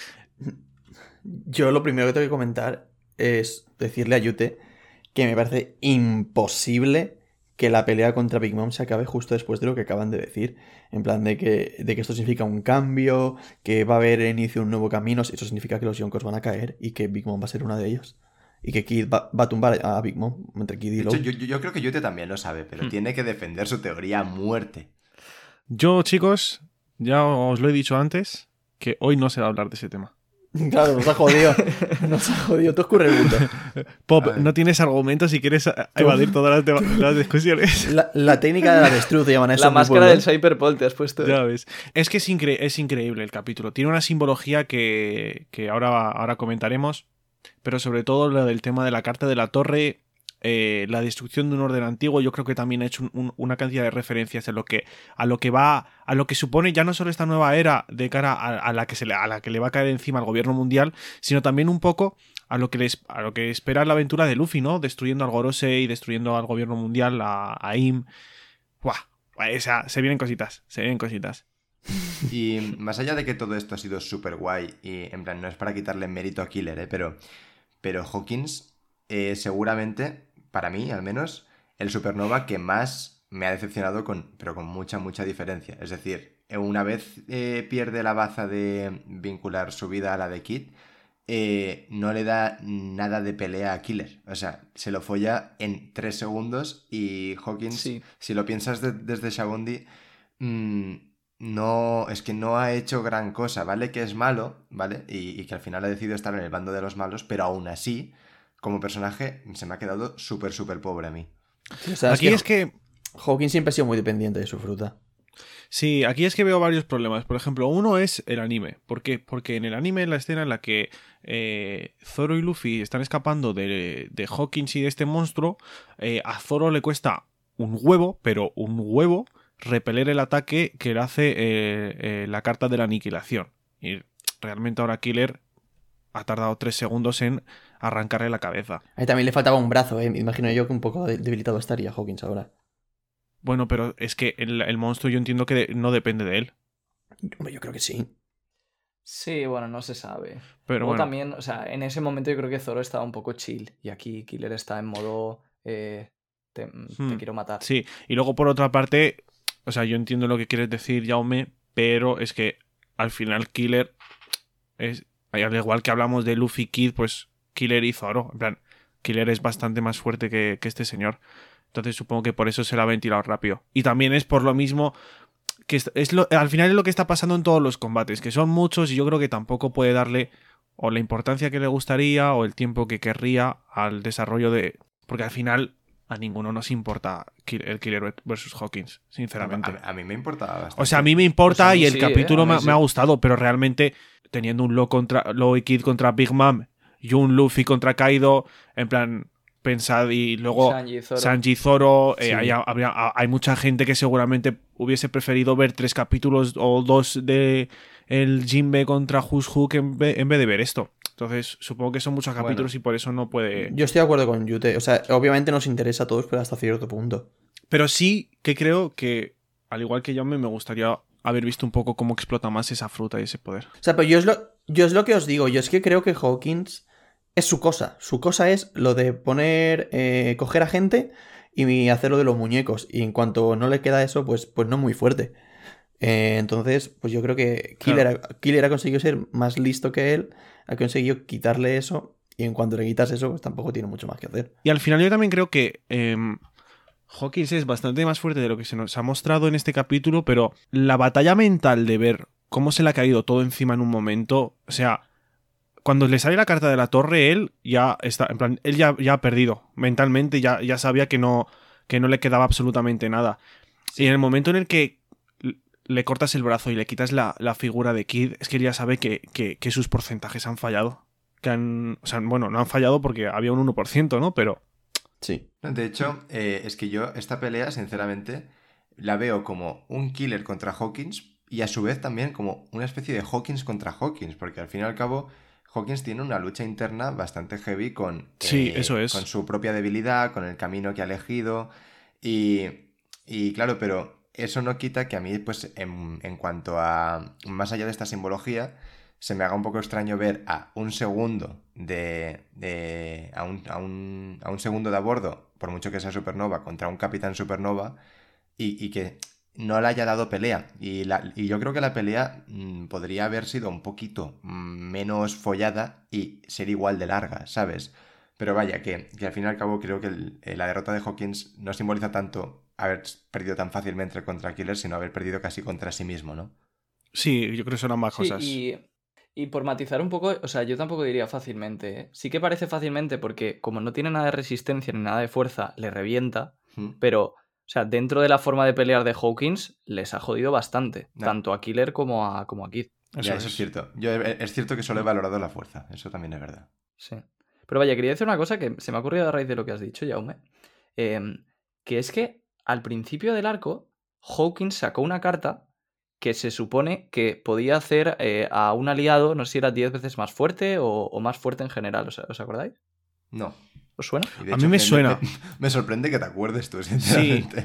Yo lo primero que tengo que comentar es decirle a Yute que me parece imposible que la pelea contra Big Mom se acabe justo después de lo que acaban de decir. En plan de que, de que esto significa un cambio, que va a haber inicio de un nuevo camino. Eso significa que los Yonkos van a caer y que Big Mom va a ser una de ellos. Y que Kid va, va a tumbar a Big Mom entre Kid y De Law. hecho, yo, yo creo que Yute también lo sabe, pero Hmm. tiene que defender su teoría a muerte. Yo, chicos, ya os lo he dicho antes, que hoy no se va a hablar de ese tema. Claro, nos ha jodido. Nos ha jodido. Tú escurre el bulto. Pop, Ay. no tienes argumentos si quieres a- evadir todas las, deba- las discusiones. La, la técnica de la destruth llaman a eso. La en mi máscara pueblo. del Cyberpol te has puesto. Ya ves. Es que es, incre- es increíble el capítulo. Tiene una simbología que, que ahora, ahora comentaremos, pero sobre todo lo del tema de la carta de la torre, eh, la destrucción de un orden antiguo. Yo creo que también ha hecho un- un- una cantidad de referencias a lo que a lo que va a lo que supone ya no solo esta nueva era de cara a, a la que se le, a la que le va a caer encima al gobierno mundial, sino también un poco a lo que les, a lo que espera la aventura de Luffy, ¿no? Destruyendo al Gorosei, destruyendo al gobierno mundial, a, a Im. Buah, o sea, se vienen cositas, se vienen cositas. Y más allá de que todo esto ha sido súper guay, y en plan, no es para quitarle mérito a Killer, ¿eh? pero, pero Hawkins, eh, seguramente, para mí al menos, el supernova que más me ha decepcionado, con, pero con mucha, mucha diferencia. Es decir, una vez eh, pierde la baza de vincular su vida a la de Kid, eh, no le da nada de pelea a Killer. O sea, se lo folla en tres segundos y Hawkins, Sí. si lo piensas de- desde Shabondi, mmm, no, es que no ha hecho gran cosa, ¿vale? Que es malo, ¿vale? Y, y que al final ha decidido estar en el bando de los malos, pero aún así, como personaje, se me ha quedado súper, súper pobre a mí. Sí, o sea, Aquí es que... Hawkins siempre ha sido muy dependiente de su fruta. Sí, aquí es que veo varios problemas. Por ejemplo, uno es el anime. ¿Por qué? Porque en el anime, en la escena en la que eh, Zoro y Luffy están escapando de, de Hawkins y de este monstruo, eh, a Zoro le cuesta un huevo, pero un huevo, repeler el ataque que le hace eh, eh, la carta de la aniquilación. Y realmente ahora Killer ha tardado tres segundos en arrancarle la cabeza. Ahí también le faltaba un brazo, ¿eh? Me imagino yo que un poco debilitado estaría Hawkins ahora. Bueno, pero es que el, el monstruo yo entiendo que de- no depende de él. Hombre, yo creo que sí. Sí, bueno, no se sabe. Pero Luego bueno. también, o sea, en ese momento yo creo que Zoro estaba un poco chill y aquí Killer está en modo eh, te, te Hmm, quiero matar. Sí, y luego por otra parte, o sea, yo entiendo lo que quieres decir, Jaume, pero es que al final Killer es, al igual que hablamos de Luffy Kid, pues Killer y Zoro, en plan, Killer es bastante más fuerte que, que este señor. Entonces supongo que por eso se la ha ventilado rápido. Y también es por lo mismo que es, es lo, al final es lo que está pasando en todos los combates, que son muchos y yo creo que tampoco puede darle o la importancia que le gustaría o el tiempo que querría al desarrollo de... Porque al final a ninguno nos importa el Killer versus Hawkins, sinceramente. A, a, a mí me importaba bastante. O sea, a mí me importa Pues a mí y el sí, capítulo ¿eh? A mí me, sí. me ha gustado, pero realmente teniendo un Law contra Law y Kid contra Big Mom y un Luffy contra Kaido, en plan, pensad, y luego Sanji, Zoro. Sanji Zoro, eh, Sí. hay, habría- hay mucha gente que seguramente hubiese preferido ver tres capítulos o dos de el Jinbe contra Who's Who que en vez, en vez de ver esto. Entonces, supongo que son muchos Bueno. capítulos y por eso no puede... Yo estoy de acuerdo con Yute. O sea, obviamente nos interesa a todos, pero hasta cierto punto. Pero sí que creo que, al igual que Jaume, me gustaría haber visto un poco cómo explota más esa fruta y ese poder. O sea, pero yo es lo, yo es lo que os digo. Yo es que creo que Hawkins es su cosa. Su cosa es lo de poner, eh, coger a gente y hacerlo de los muñecos. Y en cuanto no le queda eso, pues, pues no muy fuerte. Eh, entonces, pues yo creo que Killer, Claro. ha, Killer ha conseguido ser más listo que él. Ha conseguido quitarle eso. Y en cuanto le quitas eso, pues tampoco tiene mucho más que hacer. Y al final yo también creo que eh, Hawkins es bastante más fuerte de lo que se nos ha mostrado en este capítulo, pero la batalla mental de ver cómo se le ha caído todo encima en un momento, o sea, cuando le sale la carta de la torre, él ya está, en plan, él ya, ya ha perdido mentalmente, ya, ya sabía que no, que no le quedaba absolutamente nada. Sí. Y en el momento en el que le cortas el brazo y le quitas la, la figura de Kid, es que él ya sabe que, que, que sus porcentajes han fallado. Que han, o sea, bueno, no han fallado porque había un uno por ciento, ¿no? Pero... Sí. De hecho, eh, es que yo esta pelea, sinceramente, la veo como un Killer contra Hawkins y a su vez también como una especie de Hawkins contra Hawkins, porque al fin y al cabo Hawkins tiene una lucha interna bastante heavy con, sí, eh, eso es. con su propia debilidad, con el camino que ha elegido y, y claro, pero... Eso no quita que a mí, pues, en, en cuanto a... Más allá de esta simbología, se me haga un poco extraño ver a un segundo de... de a, un, a, un, a un segundo de a bordo, por mucho que sea Supernova, contra un Capitán Supernova, y, y que no le haya dado pelea. Y, la, y yo creo que la pelea mmm, podría haber sido un poquito menos follada y ser igual de larga, ¿sabes? Pero vaya, que, que al fin y al cabo creo que el, la derrota de Hawkins no simboliza tanto haber perdido tan fácilmente contra Killer, sino haber perdido casi contra sí mismo, ¿no? Sí, yo creo que son ambas sí, cosas. Y, y por matizar un poco, o sea, yo tampoco diría fácilmente, ¿eh? Sí que parece fácilmente porque como no tiene nada de resistencia ni nada de fuerza, le revienta, ¿Mm? Pero, o sea, dentro de la forma de pelear de Hawkins, les ha jodido bastante, no. tanto a Killer como a, como a Kid. Eso, ya, es. eso es cierto. Yo, es cierto que solo he valorado la fuerza, eso también es verdad. Sí. Pero vaya, quería decir una cosa que se me ha ocurrido a raíz de lo que has dicho, Jaume, eh, que es que al principio del arco, Hawkins sacó una carta que se supone que podía hacer eh, a un aliado, no sé si era diez veces más fuerte o, o más fuerte en general, ¿os, ¿os acordáis? No. ¿Os suena? A hecho, mí me, me suena. Me, me sorprende que te acuerdes tú, sinceramente.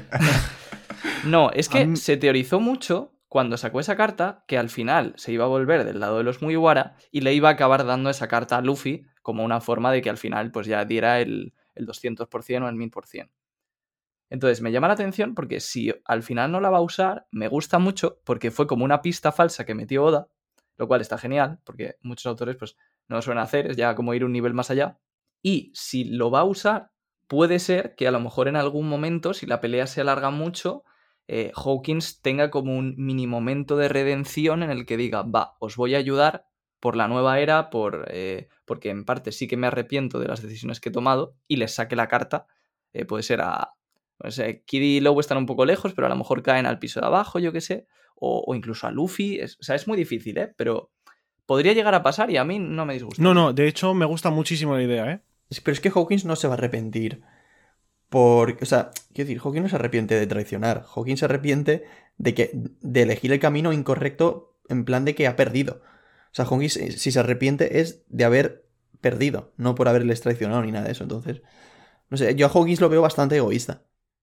Sí. No, es que mí... se teorizó mucho cuando sacó esa carta que al final se iba a volver del lado de los Mugiwara y le iba a acabar dando esa carta a Luffy como una forma de que al final pues ya diera el, el doscientos por ciento o el mil por ciento. Entonces me llama la atención porque si al final no la va a usar, me gusta mucho porque fue como una pista falsa que metió Oda, lo cual está genial porque muchos autores pues no lo suelen hacer, es ya como ir un nivel más allá. Y si lo va a usar, puede ser que a lo mejor en algún momento, si la pelea se alarga mucho, eh, Hawkins tenga como un mini momento de redención en el que diga, va, os voy a ayudar por la nueva era, por, eh, porque en parte sí que me arrepiento de las decisiones que he tomado y les saque la carta, eh, puede ser a... O sea, Kid y Law están un poco lejos, pero a lo mejor caen al piso de abajo, yo qué sé. O, o incluso a Luffy. Es, o sea, es muy difícil, ¿eh? Pero podría llegar a pasar y a mí no me disgusta. No, no, de hecho me gusta muchísimo la idea, ¿eh? Pero es que Hawkins no se va a arrepentir. Por... O sea, quiero decir, Hawkins no se arrepiente de traicionar. Hawkins se arrepiente de, que, de elegir el camino incorrecto en plan de que ha perdido. O sea, Hawkins, si se arrepiente, es de haber perdido, no por haberles traicionado ni nada de eso. Entonces, no sé, yo a Hawkins lo veo bastante egoísta.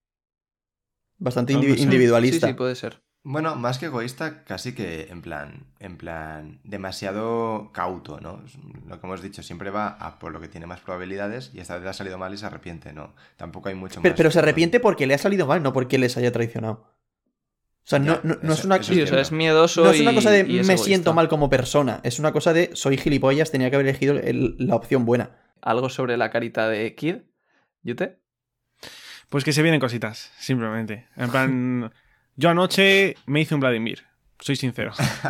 Bastante indiv- individualista. Sí, sí, puede ser. Bueno, más que egoísta, casi que en plan, en plan, demasiado cauto, ¿no? Lo que hemos dicho, siempre va a por lo que tiene más probabilidades y esta vez le ha salido mal y se arrepiente, ¿no? Tampoco hay mucho pero, más. Pero se arrepiente porque le ha salido mal, no porque les haya traicionado. O sea, no, Ya, no, no eso- es una... eso Sí, o sea, es miedoso No es una y- cosa de y es me egoísta. siento mal como persona, es una cosa de soy gilipollas, tenía que haber elegido el- la opción buena. Algo sobre la carita de Kid, ¿Yute? Pues que se vienen cositas, simplemente. En plan, yo anoche me hice un Vladimir, soy sincero.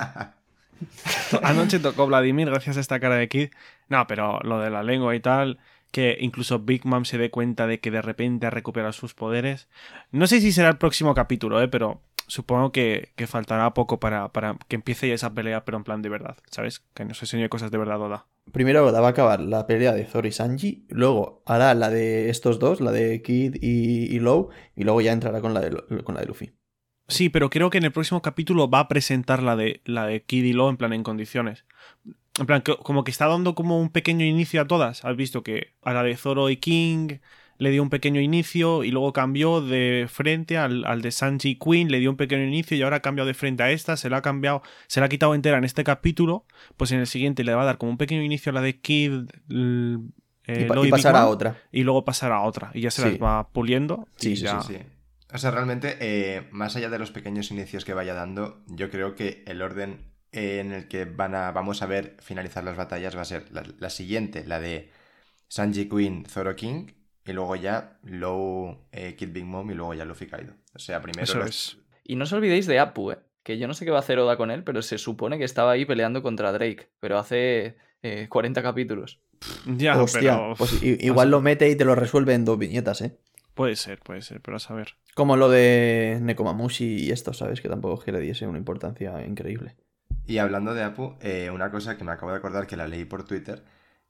Anoche tocó Vladimir gracias a esta cara de Kid. No, pero lo de la lengua y tal, que incluso Big Mom se dé cuenta de que de repente ha recuperado sus poderes. No sé si será el próximo capítulo, ¿eh? Pero supongo que, que faltará poco para, para que empiece ya esa pelea, pero en plan de verdad, ¿sabes? Que nos enseñe cosas de verdad, Oda. Primero Oda va a acabar la pelea de Zoro y Sanji, luego hará la de estos dos, la de Kid y, y Law, y luego ya entrará con la de, con la de Luffy. Sí, pero creo que en el próximo capítulo va a presentar la de, la de Kid y Law en plan en condiciones. En plan, que, como que está dando como un pequeño inicio a todas. Has visto que a la de Zoro y King le dio un pequeño inicio y luego cambió de frente al, al de Sanji y Queen, le dio un pequeño inicio y ahora ha cambiado de frente a esta, se la ha cambiado, se la ha quitado entera en este capítulo, pues en el siguiente le va a dar como un pequeño inicio a la de Kid, l- eh, Y, pa- Law y pasar Big a Mom, otra. y luego pasar a otra y ya se Sí. las va puliendo. Sí, y sí, ya... Sí. O sea, realmente, eh, más allá de los pequeños inicios que vaya dando, yo creo que el orden en el que van a, vamos a ver finalizar las batallas va a ser la, la siguiente, la de Sanji Queen, Zoro King, y luego ya Law, eh, Kid Big Mom y luego ya Luffy Kaido. O sea, primero Eso los- es. Y no os olvidéis de Apu, ¿eh? Que yo no sé qué va a hacer Oda con él, pero se supone que estaba ahí peleando contra Drake, pero hace eh, cuarenta capítulos. Ya, Hostia, pero... pues i- igual lo mete y te lo resuelve en dos viñetas, ¿eh? Puede ser, puede ser, pero a saber. Como lo de Nekomamushi y esto, ¿sabes? Que tampoco es que le diese una importancia increíble. Y hablando de Apu, eh, una cosa que me acabo de acordar que la leí por Twitter,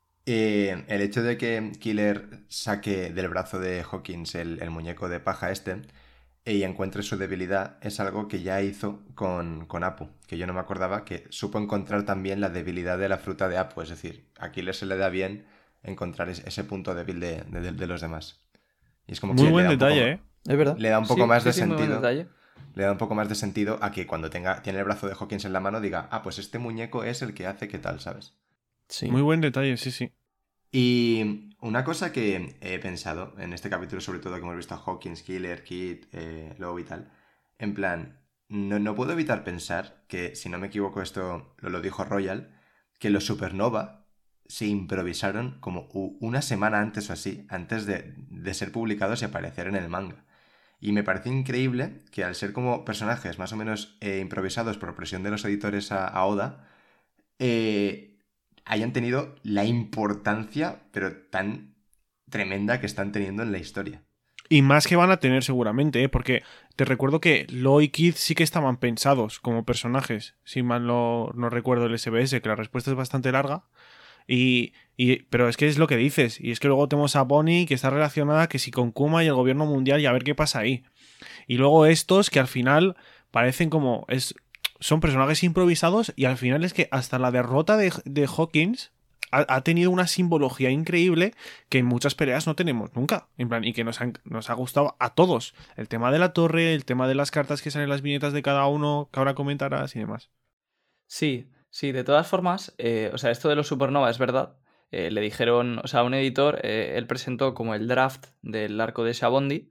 eh, el hecho de que Killer saque del brazo de Hawkins el, el muñeco de paja este y encuentre su debilidad es algo que ya hizo con, con Apu, que yo no me acordaba, que supo encontrar también la debilidad de la fruta de Apu, es decir, a Killer se le da bien encontrar ese, ese punto débil de, de, de los demás. Y es como Muy que buen le da un detalle, poco, ¿eh? Es verdad. le da un poco Sí, más sí, de sí, muy buen sentido. detalle. Le da un poco más de sentido a que cuando tenga, tiene el brazo de Hawkins en la mano diga, ah, pues este muñeco es el que hace que tal, ¿sabes? Sí. Muy buen detalle, sí, sí. Y una cosa que he pensado en este capítulo, sobre todo que hemos visto a Hawkins, Killer, Kid, eh, Lobo y tal, en plan, no, no puedo evitar pensar que, si no me equivoco, esto lo, lo dijo Royal, que los Supernova se improvisaron como u- una semana antes o así, antes de, de ser publicados y aparecer en el manga. Y me parece increíble que al ser como personajes más o menos eh, improvisados por presión de los editores a, a Oda, eh, hayan tenido la importancia, pero tan tremenda que están teniendo en la historia. Y más que van a tener seguramente, ¿eh? Porque te recuerdo que Lo y Kid sí que estaban pensados como personajes, si mal no, no recuerdo el S B S, que la respuesta es bastante larga. Y, y, pero es que es lo que dices, y es que luego tenemos a Bonnie que está relacionada que si con Kuma y el gobierno mundial y a ver qué pasa ahí. Y luego estos que al final parecen como... es son personajes improvisados y al final es que hasta la derrota de, de Hawkins ha, ha tenido una simbología increíble que en muchas peleas no tenemos nunca. En plan, y que nos, han, nos ha gustado a todos. El tema de la torre, el tema de las cartas que salen en las viñetas de cada uno, que ahora comentarás y demás. Sí, sí, de todas formas, eh, o sea, esto de los Supernova es verdad. Eh, le dijeron, o sea, un editor, eh, él presentó como el draft del arco de Shabondi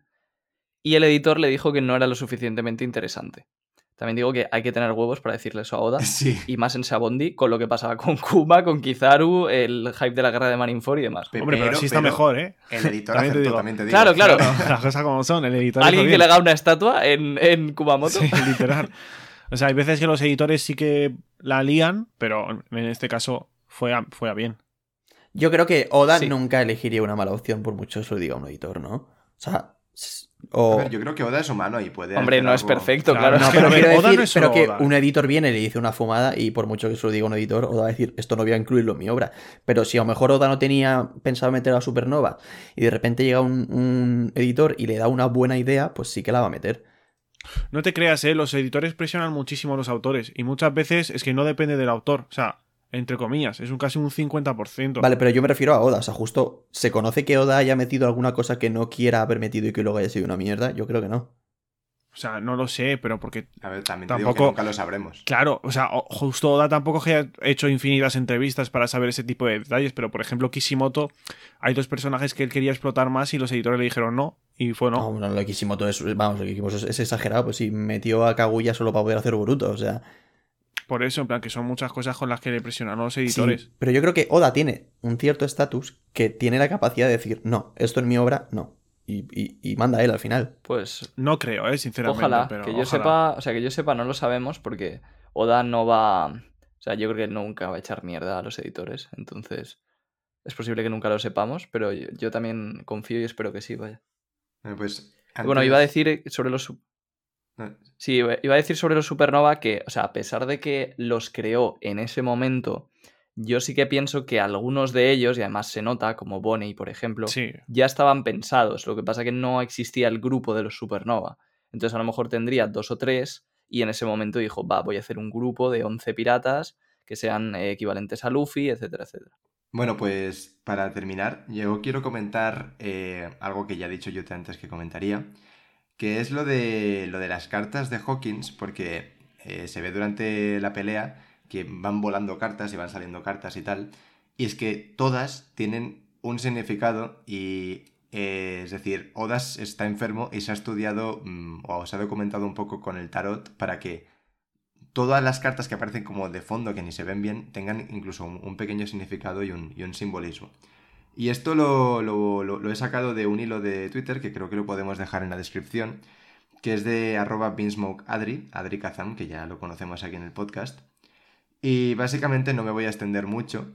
y el editor le dijo que no era lo suficientemente interesante. También digo que hay que tener huevos para decirle eso a Oda, Sí. y más en Shabondi, con lo que pasaba con Kuma, con Kizaru, el hype de la guerra de Marineford y demás. Pe- Hombre, pero, sí está pero mejor, ¿eh? El editor También te acertó, digo. también te digo. Claro, claro. Las cosas como son, el editor Alguien hizo que bien. le haga una estatua en, en Kumamoto. Sí, literal. O sea, hay veces que los editores sí que la lían, pero en este caso fue a, fue a bien. Yo creo que Oda Sí. nunca elegiría una mala opción por mucho que se lo diga un editor, ¿no? O sea, s- A o... ver, yo creo que Oda es humano y puede Hombre, hacer no es algo- perfecto, Claro, claro. no, No, Es que, pero a ver, quiero Oda decir, no es pero solo que Oda. un editor viene y le dice una fumada y por mucho que se lo diga un editor, Oda va a decir, esto no voy a incluirlo en mi obra. Pero si a lo mejor Oda no tenía pensado meter a Supernova y de repente llega un, un editor y le da una buena idea, pues sí que la va a meter. No te creas, ¿eh? Los editores presionan muchísimo a los autores y muchas veces es que no depende del autor. O sea, entre comillas, es un casi un cincuenta por ciento. Vale, pero yo me refiero a Oda, o sea, justo, ¿se conoce que Oda haya metido alguna cosa que no quiera haber metido y que luego haya sido una mierda? Yo creo que no. O sea, no lo sé, pero porque... A ver, también te digo Tampoco- que nunca lo sabremos. Claro, o sea, o- justo Oda tampoco ha hecho infinitas entrevistas para saber ese tipo de detalles, pero por ejemplo Kishimoto, hay dos personajes que él quería explotar más y los editores le dijeron no, y fue No, no. bueno, lo de Kishimoto es, vamos, lo de Kishimoto es, es exagerado, pues si metió a Kaguya solo para poder hacer Boruto, o sea... Por eso, en plan, que son muchas cosas con las que le presionan a los Sí, editores. pero yo creo que Oda tiene un cierto estatus que tiene la capacidad de decir, no, esto en mi obra, no. Y, y, y manda él al final. Pues No creo, eh, sinceramente. ojalá, pero que yo ojalá. sepa, o sea, que yo sepa, no lo sabemos porque Oda no va, o sea, yo creo que nunca va a echar mierda a los editores, entonces es posible que nunca lo sepamos, pero yo, yo también confío y espero que sí, vaya. Bueno, pues, Y Bueno, antes- iba a decir sobre los su- No, sí, iba iba a decir sobre los Supernova que, o sea, a pesar de que los creó en ese momento, yo sí que pienso que algunos de ellos, y además se nota, como Bonnie, por ejemplo, Sí, ya estaban pensados. Lo que pasa que no existía el grupo de los Supernova. Entonces a lo mejor tendría dos o tres y en ese momento dijo, va, voy a hacer un grupo de once piratas que sean eh, equivalentes a Luffy, etcétera, etcétera. Bueno, pues para terminar, yo quiero comentar eh, algo que ya he dicho yo antes que comentaría, que es lo de, lo de las cartas de Hawkins, porque eh, se ve durante la pelea que van volando cartas y van saliendo cartas y tal, y es que todas tienen un significado y, eh, es decir, Oda está enfermo y se ha estudiado mm, o se ha documentado un poco con el tarot para que todas las cartas que aparecen como de fondo, que ni se ven bien, tengan incluso un, un pequeño significado y un, y un simbolismo. Y esto lo, lo, lo, lo he sacado de un hilo de Twitter, que creo que lo podemos dejar en la descripción, que es de arroba beansmokeadri, Adri Kazam, que ya lo conocemos aquí en el podcast. Y básicamente no me voy a extender mucho,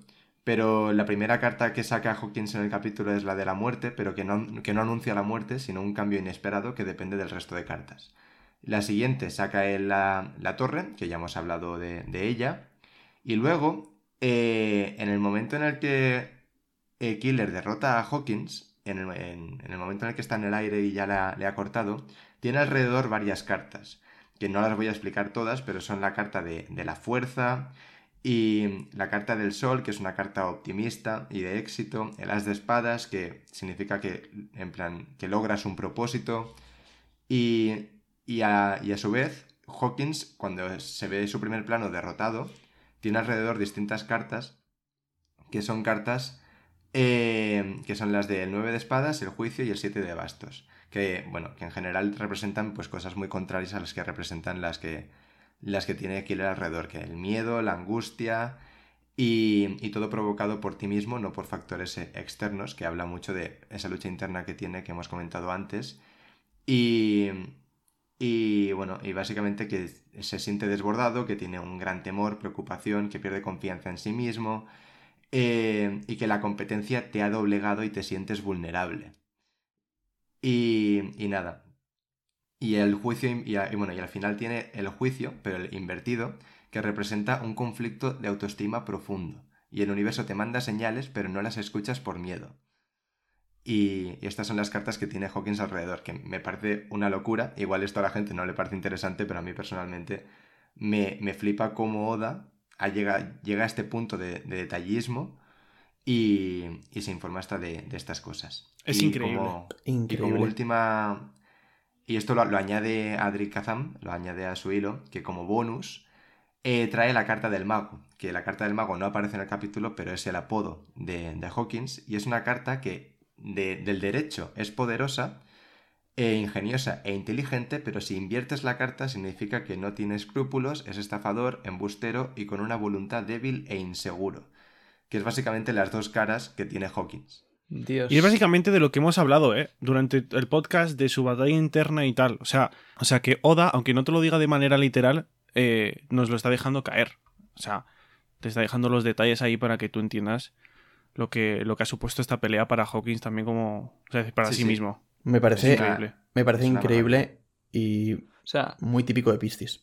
Pero la primera carta que saca Hawkins en el capítulo es la de la muerte, pero que no, que no anuncia la muerte, sino un cambio inesperado que depende del resto de cartas. La siguiente saca él la, la torre, que ya hemos hablado de, de ella. Y luego, eh, en el momento en el que eh, Killer derrota a Hawkins, en el, en, en el momento en el que está en el aire y ya la, le ha cortado, tiene alrededor varias cartas, que no las voy a explicar todas, pero son la carta de, de la fuerza y la carta del sol, que es una carta optimista y de éxito, el as de espadas, que significa que, en plan, que logras un propósito, y, y, a, y a su vez, Hawkins, cuando se ve su primer plano derrotado, tiene alrededor distintas cartas, que son cartas eh, que son las del nueve de espadas, el juicio y el siete de bastos, que, bueno, que en general representan pues cosas muy contrarias a las que representan las que, las que tiene Killer alrededor, que el miedo, la angustia y, y todo provocado por ti mismo, no por factores externos, que habla mucho de esa lucha interna que tiene, que hemos comentado antes, y, y bueno, y básicamente que se siente desbordado, que tiene un gran temor, preocupación, que pierde confianza en sí mismo, eh, y que la competencia te ha doblegado y te sientes vulnerable. Y, y nada. Y el juicio, y, y bueno, y al final tiene el juicio, pero el invertido, que representa un conflicto de autoestima profundo. Y el universo te manda señales, pero no las escuchas por miedo. Y, y estas son las cartas que tiene Hawkins alrededor, que me parece una locura. Igual esto a la gente no le parece interesante, pero a mí personalmente me, me flipa cómo Oda ha llega, llega a este punto de, de detallismo y, y se informa hasta de, de estas cosas. Es y increíble. Como, Increíble. Y como última... Y esto lo, lo añade Adri Kazam, lo añade a su hilo, que como bonus eh, trae la carta del mago, que la carta del mago no aparece en el capítulo, pero es el apodo de, de Hawkins, y es una carta que de, del derecho es poderosa, e ingeniosa e inteligente, pero si inviertes la carta significa que no tiene escrúpulos, es estafador, embustero y con una voluntad débil e inseguro, que es básicamente las dos caras que tiene Hawkins. Dios. Y es básicamente de lo que hemos hablado, ¿eh? Durante el podcast, de su batalla interna y tal. O sea, o sea que Oda, aunque no te lo diga de manera literal, eh, nos lo está dejando caer. O sea, te está dejando los detalles ahí para que tú entiendas lo que, lo que ha supuesto esta pelea para Hawkins también como... O sea, para Sí, sí, sí. mismo. Me parece, Es increíble. me parece Es una increíble y O sea, muy típico de Piscis.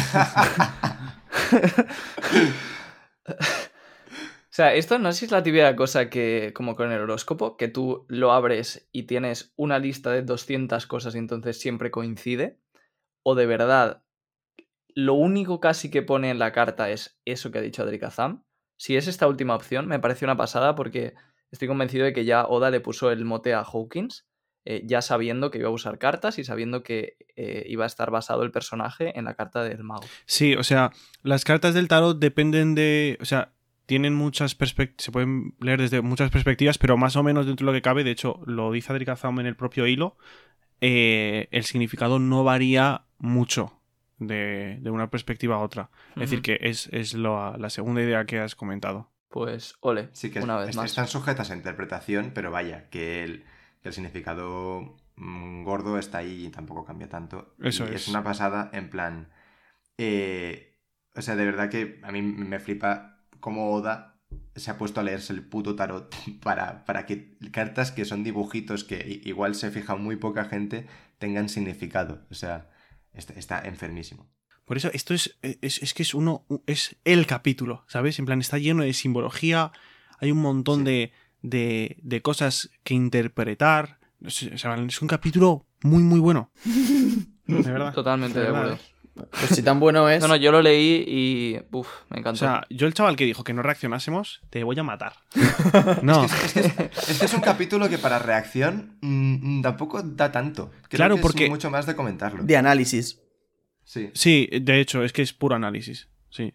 O sea, esto no sé si es la típica cosa que, como con el horóscopo, que tú lo abres y tienes una lista de doscientas cosas y entonces siempre coincide. O de verdad, lo único casi que pone en la carta es eso que ha dicho Adri Kazam. Si es esta última opción, me parece una pasada porque estoy convencido de que ya Oda le puso el mote a Hawkins, eh, ya sabiendo que iba a usar cartas y sabiendo que eh, iba a estar basado el personaje en la carta del mago. Sí, o sea, las cartas del tarot dependen de... O sea, tienen muchas perspectivas, se pueden leer desde muchas perspectivas, pero más o menos dentro de lo que cabe, de hecho, lo dice Adri Kazam en el propio hilo, eh, el significado no varía mucho de, de una perspectiva a otra. Es decir, que es, es lo, la segunda idea que has comentado. Pues, ole, Sí, que una es- vez es- más. están sujetas a interpretación, pero vaya, que el, que el significado mm, gordo está ahí y tampoco cambia tanto. Eso Y es. es una pasada, en plan... eh, o sea, de verdad que a mí me flipa cómo Oda se ha puesto a leerse el puto tarot para, para que cartas que son dibujitos que i- igual se fija muy poca gente tengan significado. O sea, está, está enfermísimo. Por eso, esto es, es, es que es uno, es el capítulo, ¿sabes? En plan, está lleno de simbología, hay un montón Sí. de, de, de cosas que interpretar. O sea, es un capítulo muy, muy bueno. De verdad. Totalmente de verdad, acuerdo. ¿eh? Pues si tan bueno es... No, no, yo lo leí y... Uf, me encantó. O sea, yo el chaval que dijo que no reaccionásemos, te voy a matar. No, Es que es, es que es- es que es un capítulo que para reacción mm, mm, tampoco da tanto. Creo Claro, que porque- es mucho más de comentarlo. de análisis. Sí. sí, de hecho, es que es puro análisis. Sí.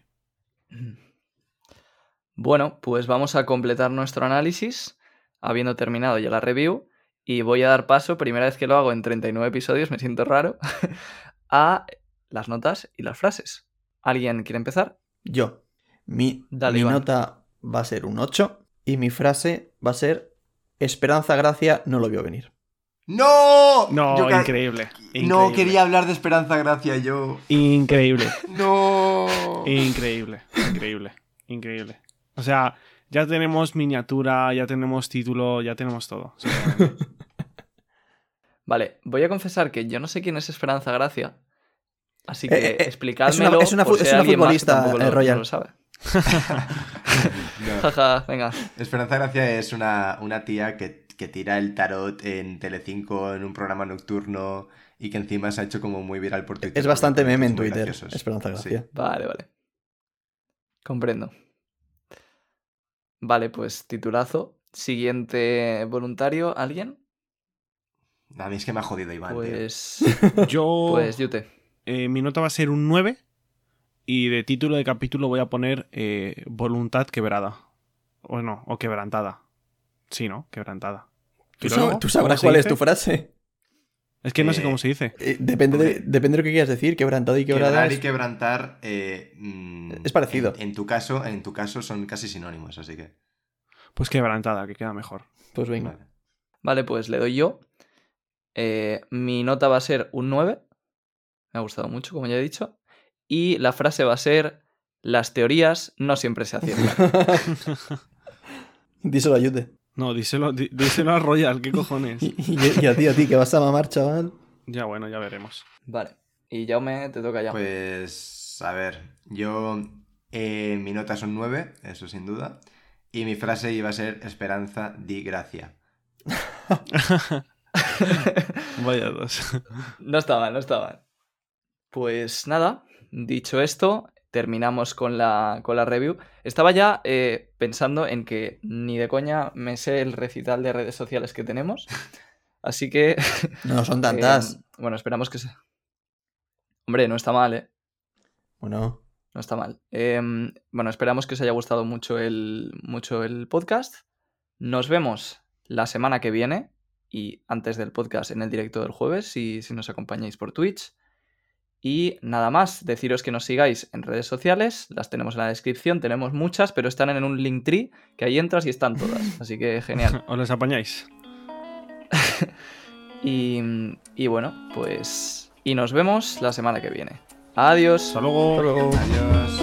Bueno, pues vamos a completar nuestro análisis, habiendo terminado ya la review, y voy a dar paso, primera vez que lo hago en treinta y nueve episodios, me siento raro, a las notas y las frases. ¿Alguien quiere empezar? Yo. Mi, Dale, mi Iván. nota va a ser un ocho y mi frase va a ser Esperanza Gracia no lo vio venir. ¡No! No, Yo ca- increíble, No increíble. quería hablar de Esperanza Gracia, yo. Increíble, ¡No! increíble, increíble, increíble. O sea, Ya tenemos miniatura, ya tenemos título, ya tenemos todo. Sí, Vale, voy a confesar que yo no sé quién es Esperanza Gracia, así Eh, que eh, eh, explicádmelo es una- es una por fu- si es hay una alguien más que futbolista, tampoco eh, lo, Royal. no lo sabe. No. Jaja, venga. Esperanza Gracia es una, una tía que, que tira el tarot en Telecinco en un programa nocturno y que encima se ha hecho como muy viral por Twitter. Es bastante porque meme en muy Twitter, graciosos. Esperanza Gracia. Sí. Vale, vale. Comprendo. Vale, pues titulazo. Siguiente voluntario, ¿alguien? A mí es que me ha jodido Iván, tío. Pues. Yo, Pues Yute. eh, mi nota va a ser un nueve y de título de capítulo voy a poner eh, Voluntad quebrada. O no, o quebrantada. Sí, ¿no? Quebrantada. ¿Tú, Filólogo, sab- tú ¿cómo sabrás se cuál es dice? tu frase. Es que no sé Eh, cómo se dice. Eh, depende, de, Hombre. depende de lo que quieras decir. Quebrantado y quebrada. Quebrar y es- quebrantar eh, mm, Es parecido. En, en tu caso, en tu caso son casi sinónimos, así que. Pues quebrantada, que queda mejor. Pues venga. Vale. Vale, pues le doy yo. Eh, mi nota va a ser un nueve. Me ha gustado mucho, como ya he dicho. Y la frase va a ser: las teorías no siempre se aciertan. Díselo a Yute. No, díselo, dí- díselo a Royal, ¿qué cojones? Y, y- y a ti, a ti, que vas a mamar, chaval. Ya, bueno, ya veremos. Vale. Y Jaume, te toca ya. Pues. A ver, yo. Eh, mi nota son nueve, eso sin duda. Y mi frase iba a ser: Esperanza di gracia. Vaya dos. No está mal, no está mal. Pues nada, dicho esto, terminamos con la, con la review. Estaba ya eh, pensando en que ni de coña me sé el recital de redes sociales que tenemos. Así que. No, son tantas. eh, bueno, esperamos que se. Hombre, no está mal, ¿eh? Bueno, No está mal. Eh, bueno, esperamos que os haya gustado mucho el, mucho el podcast. Nos vemos la semana que viene y antes del podcast en el directo del jueves, si, si nos acompañáis por Twitch. Y nada más, deciros que nos sigáis en redes sociales, las tenemos en la descripción, tenemos muchas, pero están en un Linktree, que ahí entras y están todas. Así que genial. ¿Os les apañáis? Y, y bueno, pues... Y nos vemos la semana que viene. Adiós. Hasta luego. hasta luego. Adiós.